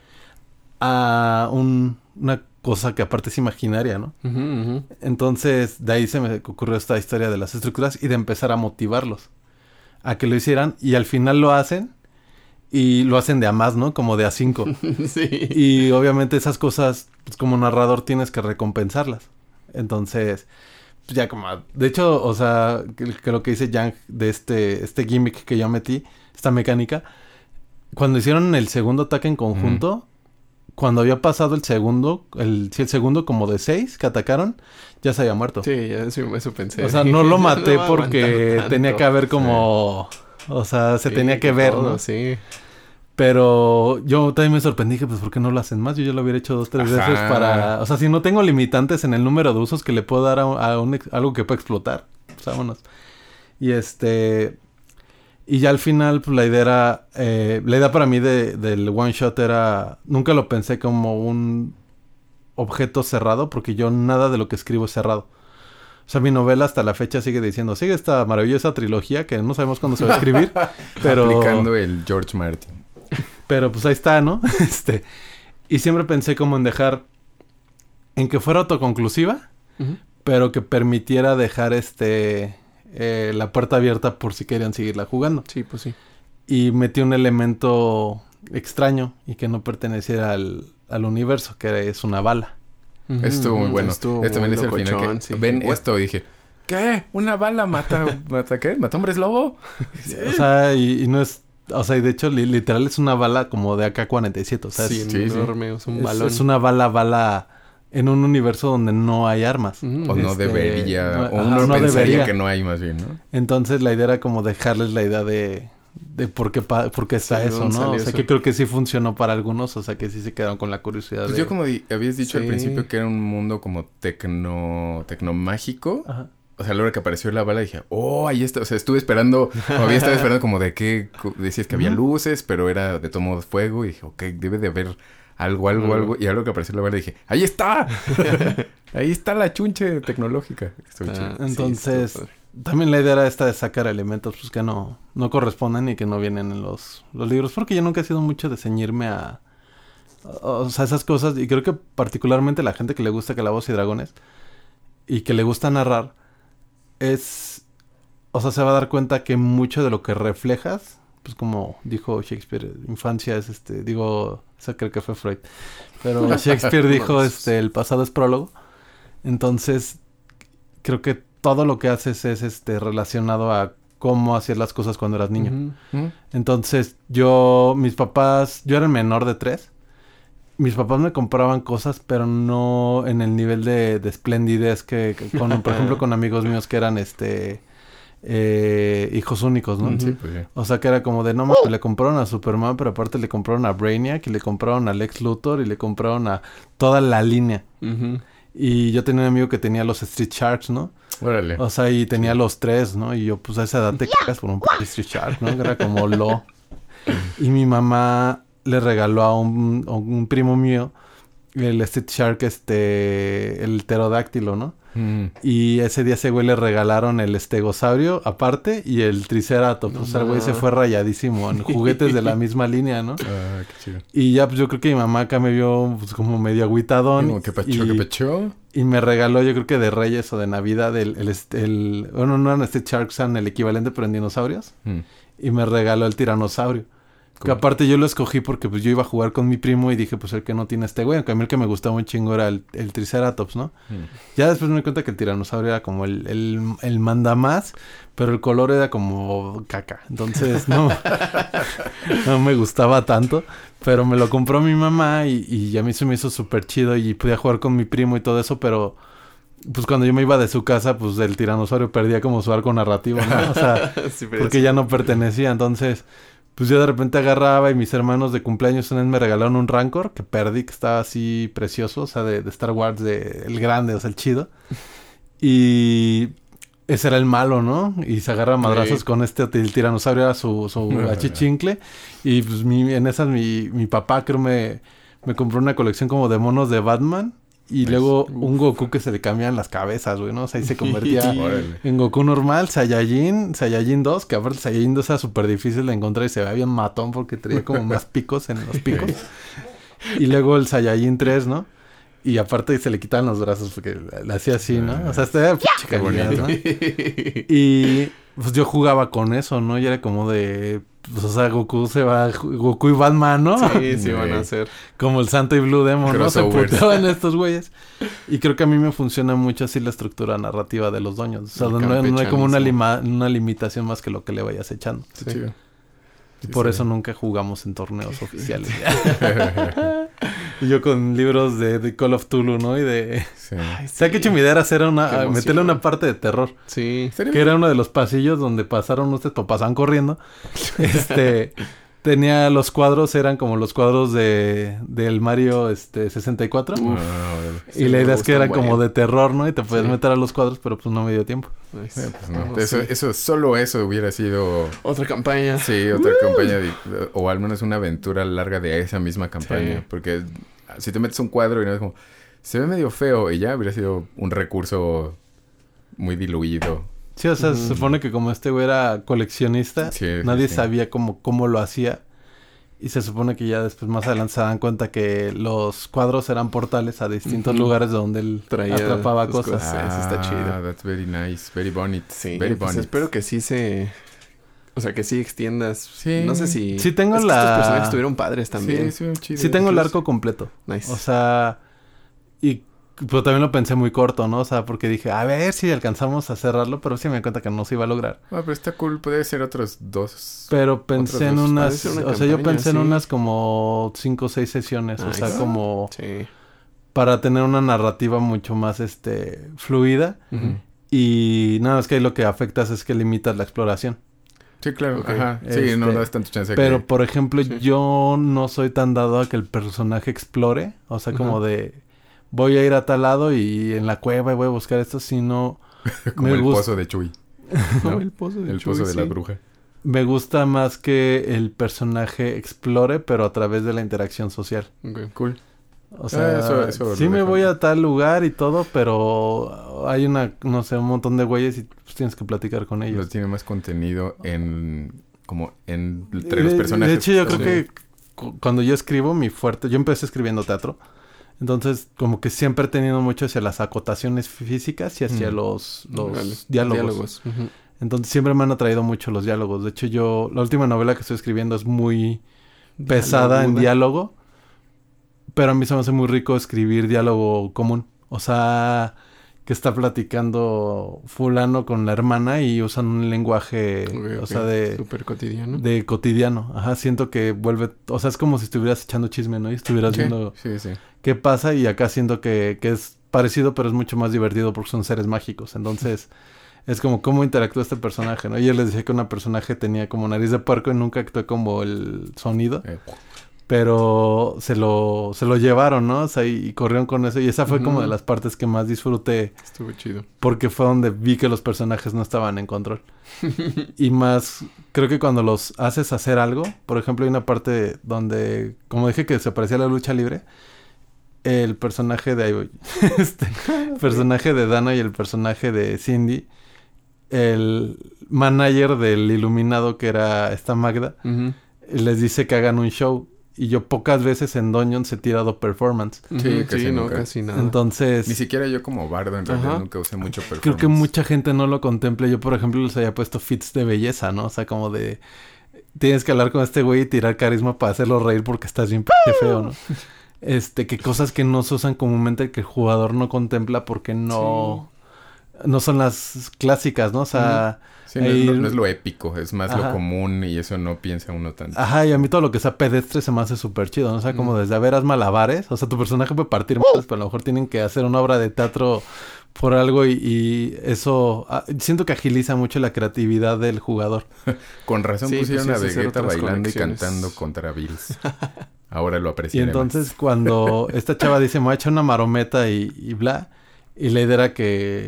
a una cosa que aparte es imaginaria, ¿no? Entonces, de ahí se me ocurrió esta historia de las estructuras y de empezar a motivarlos a que lo hicieran. Y al final lo hacen. Y lo hacen de a más, ¿no? Como de a 5. Sí. Y obviamente esas cosas, pues como narrador tienes que recompensarlas. Entonces, pues ya como... De hecho, o sea, que lo que dice Yang de este gimmick que yo metí, esta mecánica, cuando hicieron el segundo ataque en conjunto, cuando había pasado el segundo como de 6 que atacaron, ya se había muerto. Sí, eso pensé. O sea, no lo maté no porque tenía que haber como... Sí. O sea, se tenía que ver, todo, ¿no? Sí. Pero yo también me sorprendí que, pues, ¿por qué no lo hacen más? Yo ya lo hubiera hecho 2, 3 veces para... O sea, si no tengo limitantes en el número de usos que le puedo dar a algo que pueda explotar. Pues, vámonos. Y Y ya al final, pues, la idea para mí del one shot era... Nunca lo pensé como un objeto cerrado, porque yo nada de lo que escribo es cerrado. O sea, mi novela hasta la fecha sigue diciendo... Sigue esta maravillosa trilogía que no sabemos cuándo se va a escribir. Pero... Aplicando el George Martin. Pero pues ahí está, ¿no? Y siempre pensé como en dejar... En que fuera autoconclusiva. Pero que permitiera dejar la puerta abierta por si querían seguirla jugando. Sí, pues sí. Y metí un elemento extraño y que no perteneciera al universo, que es una bala. Estuvo muy bueno. Esto me dice al final que... Sí. Ven esto y dije... ¿Qué? ¿Una bala mata qué? ¿Mata hombres lobo? Sí. O sea, y no es... O sea, y de hecho, literal es una bala como de AK-47. O sea, sí, es enorme. Es un balón. Es una bala en un universo donde no hay armas. O no debería. O uno pensaría que no hay más bien, ¿no? Entonces, la idea era como dejarles la idea de por qué está eso, ¿no? O sea, que creo que sí funcionó para algunos. O sea, que sí se quedaron con la curiosidad. Pues yo como habías dicho al principio que era un mundo como tecnomágico. Ajá. O sea, a la hora que apareció la bala dije, oh, ahí está. O sea, estaba esperando como de que decías que había luces, pero era de todo modo fuego. Y dije, ok, debe de haber algo. Y a la hora que apareció la bala dije, ¡ahí está! Ahí está la chunche tecnológica. Entonces, también la idea era esta de sacar elementos pues que no corresponden y que no vienen en los libros. Porque yo nunca he sido mucho de ceñirme a... O sea, esas cosas. Y creo que particularmente la gente que le gusta Calabozos y Dragones y que le gusta narrar o sea, se va a dar cuenta que mucho de lo que reflejas, pues como dijo Shakespeare, infancia es eso creo que fue Freud, pero Shakespeare dijo, el pasado es prólogo. Entonces, creo que todo lo que haces es relacionado a cómo hacías las cosas cuando eras niño. Entonces, yo era el menor de 3. Mis papás me compraban cosas, pero no en el nivel de esplendidez que por ejemplo, con amigos míos que eran hijos únicos, ¿no? Sí, pues sí. O sea, que era como de, no mames, le compraron a Superman, pero aparte le compraron a Brainiac, y le compraron a Lex Luthor, y le compraron a toda la línea. Y yo tenía un amigo que tenía los Street Sharks, ¿no? Órale. O sea, y tenía los 3, ¿no? Y yo, pues, a esa edad te cagas por un Street Shark, ¿no? Era como lo... Y mi mamá... le regaló a un primo mío el Street Shark, el pterodáctilo, ¿no? Y ese día ese güey le regalaron el estegosaurio aparte y el triceratops. O sea, el güey se fue rayadísimo en juguetes de la misma línea, ¿no? Ah, qué chido. Y ya, pues yo creo que mi mamá acá me vio pues, como medio agüitadón. ¿Qué pechó? Y me regaló, yo creo que de Reyes o de Navidad, bueno, no eran Street Sharks, eran el equivalente, pero en dinosaurios. Y me regaló el tiranosaurio. Que aparte yo lo escogí porque pues yo iba a jugar con mi primo y dije, pues el que no tiene güey. Aunque a mí el que me gustaba un chingo era el Triceratops, ¿no? Ya después me di cuenta que el tiranosaurio era como el mandamás, pero el color era como caca. Entonces no me gustaba tanto. Pero me lo compró mi mamá y a mí se me hizo súper chido y podía jugar con mi primo y todo eso, pero... Pues cuando yo me iba de su casa, pues el tiranosaurio perdía como su arco narrativo, ¿no? O sea, sí, porque ya no pertenecía, entonces... Pues yo de repente agarraba y mis hermanos de cumpleaños una vez me regalaron un Rancor que perdí, que estaba así precioso, o sea, de Star Wars, el grande, o sea, el chido. Y ese era el malo, ¿no? Y se agarra a madrazos con el tiranosaurio, era su achichincle. Y pues en esas mi papá creo me compró una colección como de monos de Batman. Y luego un Goku que se le cambiaban las cabezas, güey, ¿no? O sea, ahí se convertía en Goku normal, Saiyajin 2, que aparte Saiyajin 2 era súper difícil de encontrar y se veía bien matón porque tenía como más picos en los picos. Y luego el Saiyajin 3, ¿no? Y aparte se le quitaban los brazos porque le hacía así, ¿no? O sea, estaba pinche calidad, ¿no? Y pues yo jugaba con eso, ¿no? Y era como de... Pues, o sea, Goku y Batman, ¿no? Sí, van a hacer. Como el Santa y Blue Demon, ¿no? Se puteaban estos güeyes. Y creo que a mí me funciona mucho así la estructura narrativa de los doños. O sea, no hay como una limitación más que lo que le vayas echando. Sí. Chido. Y por eso nunca jugamos en torneos oficiales. Y yo con libros de Call of Cthulhu, ¿no? Y de... Sí. Ay, sí. O sea, que hecho mi idea era hacer meterle una parte de terror. Sí. Que era uno de los pasillos donde pasaron ustedes, pues pasaban corriendo. Tenía los cuadros, eran como los cuadros del Mario 64. Y la idea es que eran como de terror, ¿no? Y te podías meter a los cuadros, pero pues no me dio tiempo. Pues no. Solo eso hubiera sido... Otra campaña. Sí, otra campaña. O al menos una aventura larga de esa misma campaña. Sí. Porque si te metes un cuadro y no es como... Se ve medio feo y ya hubiera sido un recurso muy diluido. Sí, o sea, se supone que como este güey era coleccionista, nadie sabía cómo lo hacía. Y se supone que ya después más adelante se dan cuenta que los cuadros eran portales a distintos lugares donde él atrapaba cosas. Eso está chido. That's very nice, very bonito. Sí, very pues bonito. Espero que sí o sea, que sí extiendas. Sí. No sé si... Sí tengo estos personajes estuvieron padres también. Sí tengo el arco completo. Nice. O sea... Pero también lo pensé muy corto, ¿no? O sea, porque dije, a ver si alcanzamos a cerrarlo, pero sí me di cuenta que no se iba a lograr. Pero está cool, podría ser otros 2. Pero pensé en unas... O sea, yo pensé en unas como 5 o 6 sesiones. Nice. O sea, como... Sí. Para tener una narrativa mucho más, fluida. Y nada, es que ahí lo que afectas es que limitas la exploración. Sí, claro. Okay. Ajá. Sí, no das tanta chance. Pero, por ejemplo, yo no soy tan dado a que el personaje explore. O sea, como de... Voy a ir a tal lado y en la cueva y voy a buscar esto, sino... Como el pozo de Chuy. ¿No? El pozo de Chuy, pozo de la bruja. Me gusta más que el personaje explore, pero a través de la interacción social. Okay, cool. O sea, eso sí me voy a tal lugar y todo, pero hay un montón de güeyes y pues tienes que platicar con ellos. Tiene más contenido entre los personajes. De hecho, yo creo que cuando yo escribo, yo empecé escribiendo teatro. Entonces, como que siempre he tenido mucho hacia las acotaciones físicas y hacia los diálogos. Entonces, siempre me han atraído mucho los diálogos. De hecho, la última novela que estoy escribiendo es muy pesada en diálogo. Pero a mí se me hace muy rico escribir diálogo común. O sea, que está platicando fulano con la hermana y usan un lenguaje, o sea, de... Súper cotidiano. De cotidiano. Ajá, siento que vuelve... O sea, es como si estuvieras echando chisme, ¿no? Y estuvieras viendo... Sí. ¿Qué pasa? Y acá siento que es parecido, pero es mucho más divertido porque son seres mágicos. Entonces, es como cómo interactúa este personaje, ¿no? Y yo les decía que una personaje tenía como nariz de puerco y nunca actuó como el sonido. Pero se lo llevaron, ¿no? O sea, y corrieron con eso. Y esa fue como de las partes que más disfruté. Estuvo chido. Porque fue donde vi que los personajes no estaban en control. Y más, creo que cuando los haces hacer algo... Por ejemplo, hay una parte donde... Como dije que se parecía a la lucha libre... El personaje de... personaje de Dana y el personaje de Cindy... El manager del iluminado que era esta Magda... Les dice que hagan un show... Y yo pocas veces en Dungeons he tirado performance. Sí, casi nada. Entonces... Ni siquiera yo como bardo en realidad nunca usé mucho performance. Creo que mucha gente no lo contempla. Yo, por ejemplo, les había puesto feats de belleza, ¿no? O sea, como de... Tienes que hablar con este güey y tirar carisma para hacerlo reír porque estás bien feo, ¿no? Que cosas que no se usan comúnmente que el jugador no contempla porque no son las clásicas, ¿no? O sea... Sí, no es lo épico, es más lo común y eso no piensa uno tanto. Ajá, y a mí todo lo que sea pedestre se me hace súper chido, ¿no? O sea, como desde a veras malabares, o sea, tu personaje puede partir más, pero a lo mejor tienen que hacer una obra de teatro por algo y eso... siento que agiliza mucho la creatividad del jugador. Con razón pusieron a Vegeta bailando y cantando contra Bills. Ahora lo apreciaré. Y entonces cuando esta chava dice, me voy a echar una marometa y bla, y la idea era que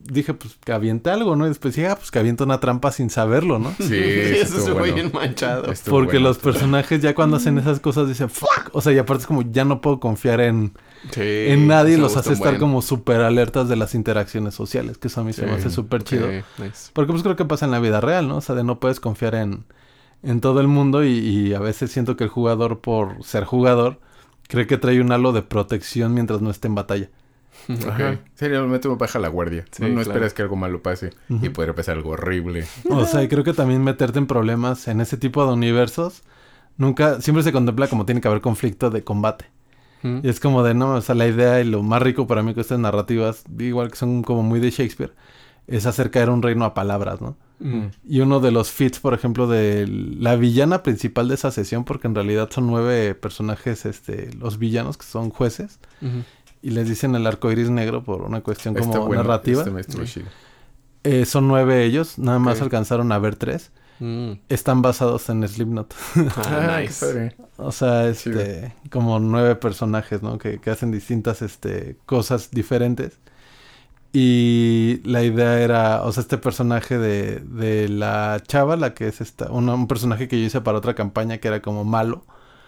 dije, pues, que aviente algo, ¿no? Y después dije, pues, que aviente una trampa sin saberlo, ¿no? Sí, eso se fue bien manchado. Porque los personajes ya cuando hacen esas cosas dicen, fuck. O sea, y aparte es como, ya no puedo confiar en nadie. Los hace estar como súper alertas de las interacciones sociales. Que eso a mí se me hace súper chido. Nice. Porque pues creo que pasa en la vida real, ¿no? O sea, de no puedes confiar en todo el mundo. Y a veces siento que el jugador, por ser jugador, cree que trae un halo de protección mientras no esté en batalla. Ajá. Seriamente me baja la guardia. Sí, no esperas que algo malo pase y puede pasar algo horrible. O sea, y creo que también meterte en problemas en ese tipo de universos siempre se contempla como tiene que haber conflicto de combate. Y es como de, no, o sea, la idea y lo más rico para mí que estas narrativas, igual que son como muy de Shakespeare, es hacer caer un reino a palabras, ¿no? Y uno de los feats, por ejemplo, de la villana principal de esa sesión, porque en realidad son 9 personajes, los villanos, que son jueces, y les dicen el arco iris negro por una cuestión como narrativa. Son 9 ellos, nada más alcanzaron a ver 3. Están basados en Slipknot. Nice. O sea, como 9 personajes, ¿no? Que hacen distintas cosas diferentes. Y la idea era, o sea, este personaje de la chava, la que es un personaje que yo hice para otra campaña que era como malo.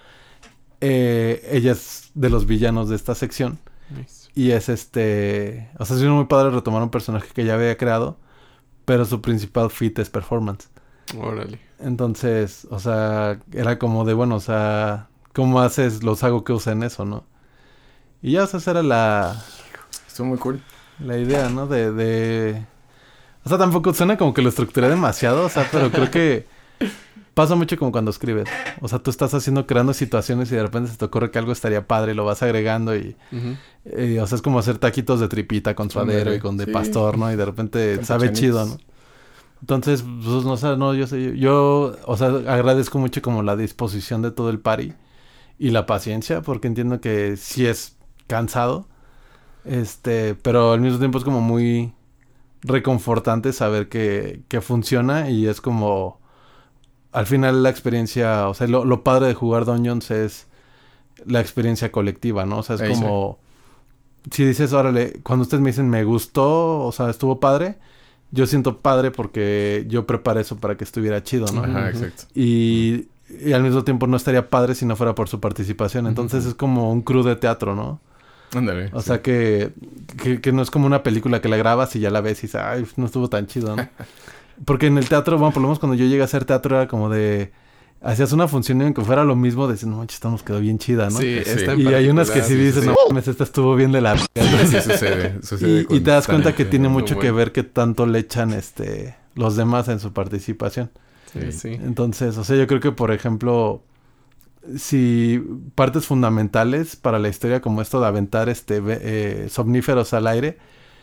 Ella es de los villanos de esta sección. Nice. Y es o sea, es muy padre retomar un personaje que ya había creado, pero su principal feat es performance. Órale. Entonces, o sea, era como de, bueno, o sea, ¿cómo haces? Los hago que usen eso, ¿no? Y ya, o sea, esa era Estuvo muy cool. la idea, ¿no? O sea, tampoco suena como que lo estructuré demasiado, o sea, pero creo que pasa mucho como cuando escribes. O sea, tú estás creando situaciones y de repente se te ocurre que algo estaría padre y lo vas agregando y o sea, es como hacer taquitos de tripita con suadero y con de pastor, ¿no? Y de repente sabe chido, ¿no? Entonces, pues, no sé, no, yo, o sea, agradezco mucho como la disposición de todo el party y la paciencia, porque entiendo que sí es cansado, pero al mismo tiempo es como muy reconfortante saber que funciona y es como, al final la experiencia, o sea, lo padre de jugar Dungeons es la experiencia colectiva, ¿no? O sea, es como, si dices, órale, cuando ustedes me dicen, me gustó, o sea, estuvo padre, yo siento padre porque yo preparé eso para que estuviera chido, ¿no? Ajá, exacto. Y al mismo tiempo no estaría padre si no fuera por su participación. Entonces es como un crew de teatro, ¿no? Ándale. O sea que no es como una película que la grabas y ya la ves y dices, ay, no estuvo tan chido, ¿no? Porque en el teatro, bueno, por lo menos cuando yo llegué a hacer teatro era como de... Hacías una función en que fuera lo mismo, de decir, no manches, esta nos quedó bien chida, ¿no? Sí, y hay unas que sí dicen, no mames, esta estuvo bien de la... Sí, sucede. Y te das cuenta que tiene mucho que ver que tanto le echan los demás en su participación. Sí. Entonces, o sea, yo creo que, por ejemplo, si partes fundamentales para la historia como esto de aventar somníferos al aire,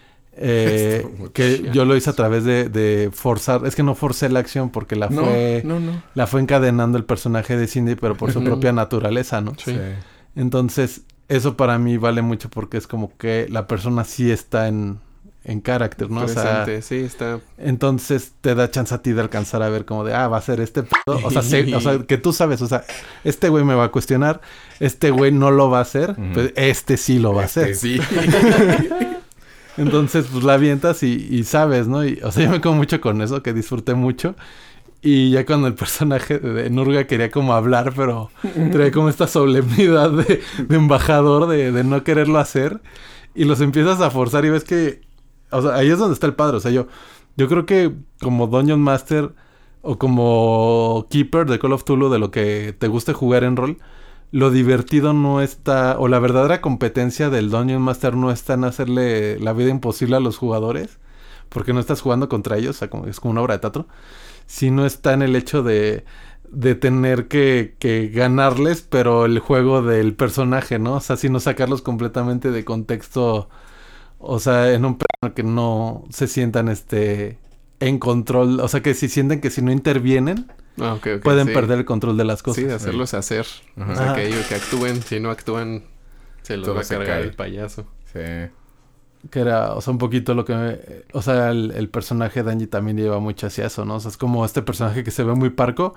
que yo lo hice a través de forzar, es que no forcé la acción porque la fue encadenando el personaje de Cindy, pero por su propia naturaleza, ¿no? Sí. Entonces, eso para mí vale mucho porque es como que la persona sí está en carácter, ¿no? Presente, o sea, sí, está. Entonces te da chance a ti de alcanzar a ver como de, va a ser este pedo. O sea, que tú sabes, o sea, este güey me va a cuestionar, este güey no lo va a hacer, pues este sí lo va a hacer. Sí. Entonces, pues la avientas y sabes, ¿no? Y, o sea, yo me quedo mucho con eso, que disfruté mucho. Y ya cuando el personaje de Nurga quería como hablar, pero traía como esta solemnidad de embajador de no quererlo hacer. Y los empiezas a forzar y ves que... O sea, ahí es donde está el padre. O sea, yo creo que como Dungeon Master o como Keeper de Call of Cthulhu, de lo que te guste jugar en rol, lo divertido no está... O la verdadera competencia del Dungeon Master no está en hacerle la vida imposible a los jugadores. Porque no estás jugando contra ellos. O sea, es como una obra de teatro. Sino está en el hecho de tener que ganarles, pero el juego del personaje, ¿no? O sea, sino sacarlos completamente de contexto... O sea, en un plano que no se sientan en control. O sea, que si sienten que si no intervienen, pueden perder el control de las cosas. Sí, de hacerlos hacer. O sea, que ellos que actúen. Si no actúan, se los va a cargar el payaso. Sí. Que era, o sea, un poquito lo que... o sea, el personaje de Angie también lleva mucho hacia eso, ¿no? O sea, es como este personaje que se ve muy parco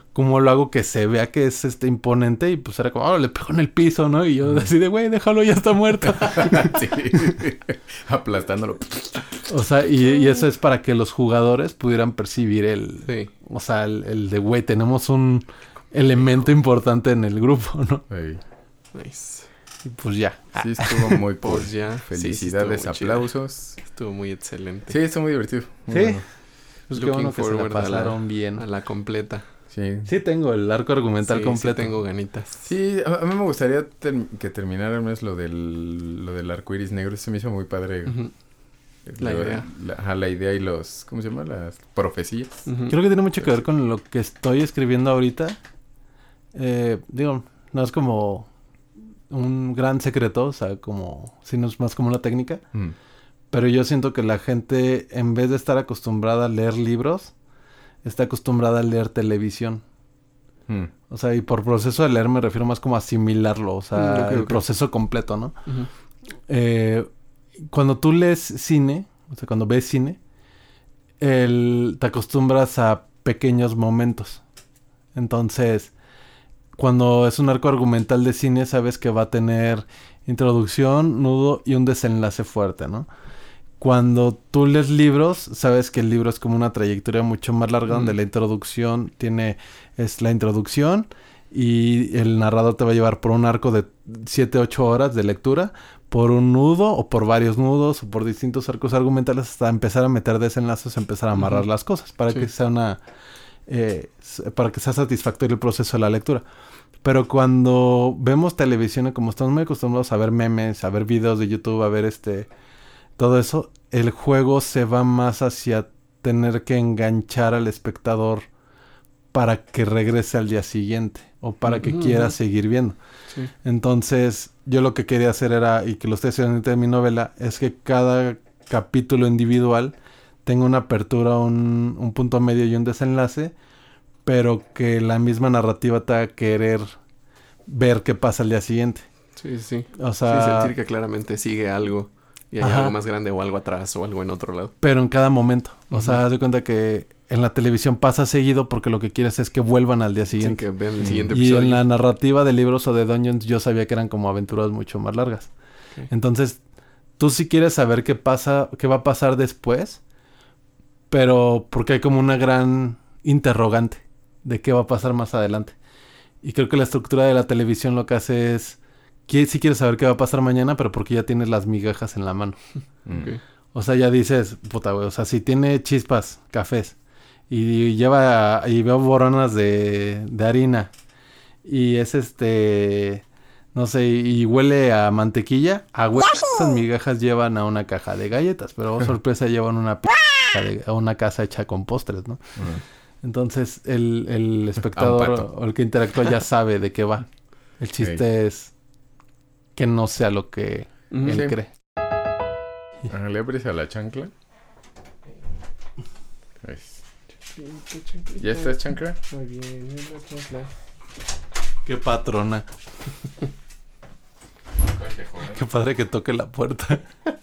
¿cómo lo hago que se vea que es imponente? Y pues era como, le pego en el piso, ¿no? Y yo así de, güey, déjalo, ya está muerto. Sí. Aplastándolo. O sea, y eso es para que los jugadores pudieran percibir Sí. O sea, el de, güey, tenemos un elemento importante en el grupo, ¿no? Sí. Nice. Y pues ya. Sí, estuvo muy cool. Pues ya. Felicidades, Sí, aplausos. Estuvo muy excelente. Sí, estuvo muy divertido. Sí. Bueno. Pues qué bueno que se la pasaron bien. A la completa. Sí. Sí tengo el arco argumental completo. Sí tengo ganitas. Sí, a mí me gustaría que terminara al menos lo del arco iris negro. Se me hizo muy padre. Uh-huh. La idea. La idea y los... ¿Cómo se llama? Las profecías. Uh-huh. Creo que tiene mucho que ver con lo que estoy escribiendo ahorita. Digo, no es como un gran secreto, o sea, como... sino es más como una técnica. Mm. Pero yo siento que la gente, en vez de estar acostumbrada a leer libros, está acostumbrada a leer televisión. Mm. O sea, y por proceso de leer me refiero más como a asimilarlo, o sea, Okay. proceso completo, ¿no? Uh-huh. Cuando tú lees cine, o sea, cuando ves cine, te acostumbras a pequeños momentos. Entonces, cuando es un arco argumental de cine, sabes que va a tener introducción, nudo y un desenlace fuerte, ¿no? Cuando tú lees libros, sabes que el libro es como una trayectoria mucho más larga, donde la introducción es la introducción y el narrador te va a llevar por un arco de 7-8 horas de lectura, por un nudo o por varios nudos o por distintos arcos argumentales hasta empezar a meter desenlaces, empezar a amarrar las cosas para que sea para que sea satisfactorio el proceso de la lectura. Pero cuando vemos televisión y como estamos muy acostumbrados a ver memes, a ver videos de YouTube, a ver todo eso, el juego se va más hacia tener que enganchar al espectador para que regrese al día siguiente o para que quiera seguir viendo. Sí. Entonces, yo lo que quería hacer era, y que lo estoy haciendo en mi novela, es que cada capítulo individual tenga una apertura, un punto medio y un desenlace, pero que la misma narrativa te haga querer ver qué pasa al día siguiente. Sí. O sea, sí, sentir que claramente sigue algo y hay algo más grande o algo atrás o algo en otro lado. Pero en cada momento. O sea, haz de cuenta que en la televisión pasa seguido porque lo que quieres es que vuelvan al día siguiente. Sí, que vean el siguiente y episodio. en la narrativa de libros o de Dungeons yo sabía que eran como aventuras mucho más largas. Okay. Entonces, tú sí quieres saber qué va a pasar después, pero porque hay como una gran interrogante de qué va a pasar más adelante. Y creo que la estructura de la televisión lo que hace es que sí quieres saber qué va a pasar mañana, pero porque ya tienes las migajas en la mano. Okay. O sea, ya dices, puta, güey, o sea, si tiene chispas, cafés, y veo boronas de harina, y es no sé, y huele a mantequilla, esas migajas llevan a una caja de galletas, pero oh, sorpresa, llevan a una casa hecha con postres, ¿no? Entonces, el espectador o el que interactúa ya sabe de qué va. El chiste es que no sea lo que él cree. ¿Le abres a la chancla? ¿Ya estás, chancla? Muy bien, la chancla. Qué patrona. Qué padre que toque la puerta.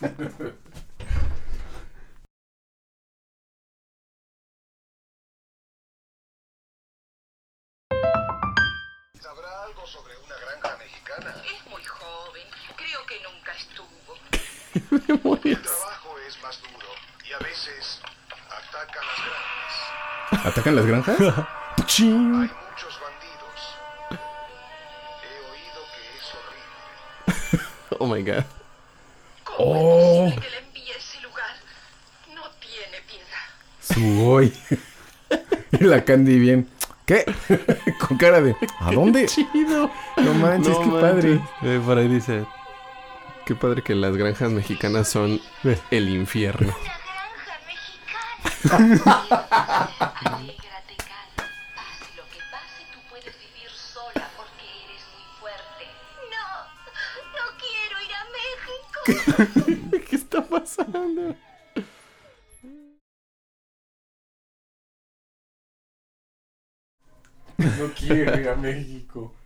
¿Sabrá algo sobre una granja mexicana? Es muy joven. Creo que nunca estuvo. El trabajo es más duro y a veces atacan las granjas. ¿Atacan las granjas? Hay muchos bandidos. He oído que es horrible. Oh my God. ¿Cómo es posible que le envíe a ese lugar? No tiene piedad. Sugoi. Y la Candy bien. ¿Qué? Con cara de... ¿A dónde? Chido. No manches, qué padre. Por ahí dice... Qué padre que las granjas mexicanas son el infierno. Una granja mexicana. Alégrate, Carlos. Pase lo que pase, tú puedes vivir sola porque eres muy fuerte. No quiero ir a México. ¿Qué está pasando? No quiero ir a México.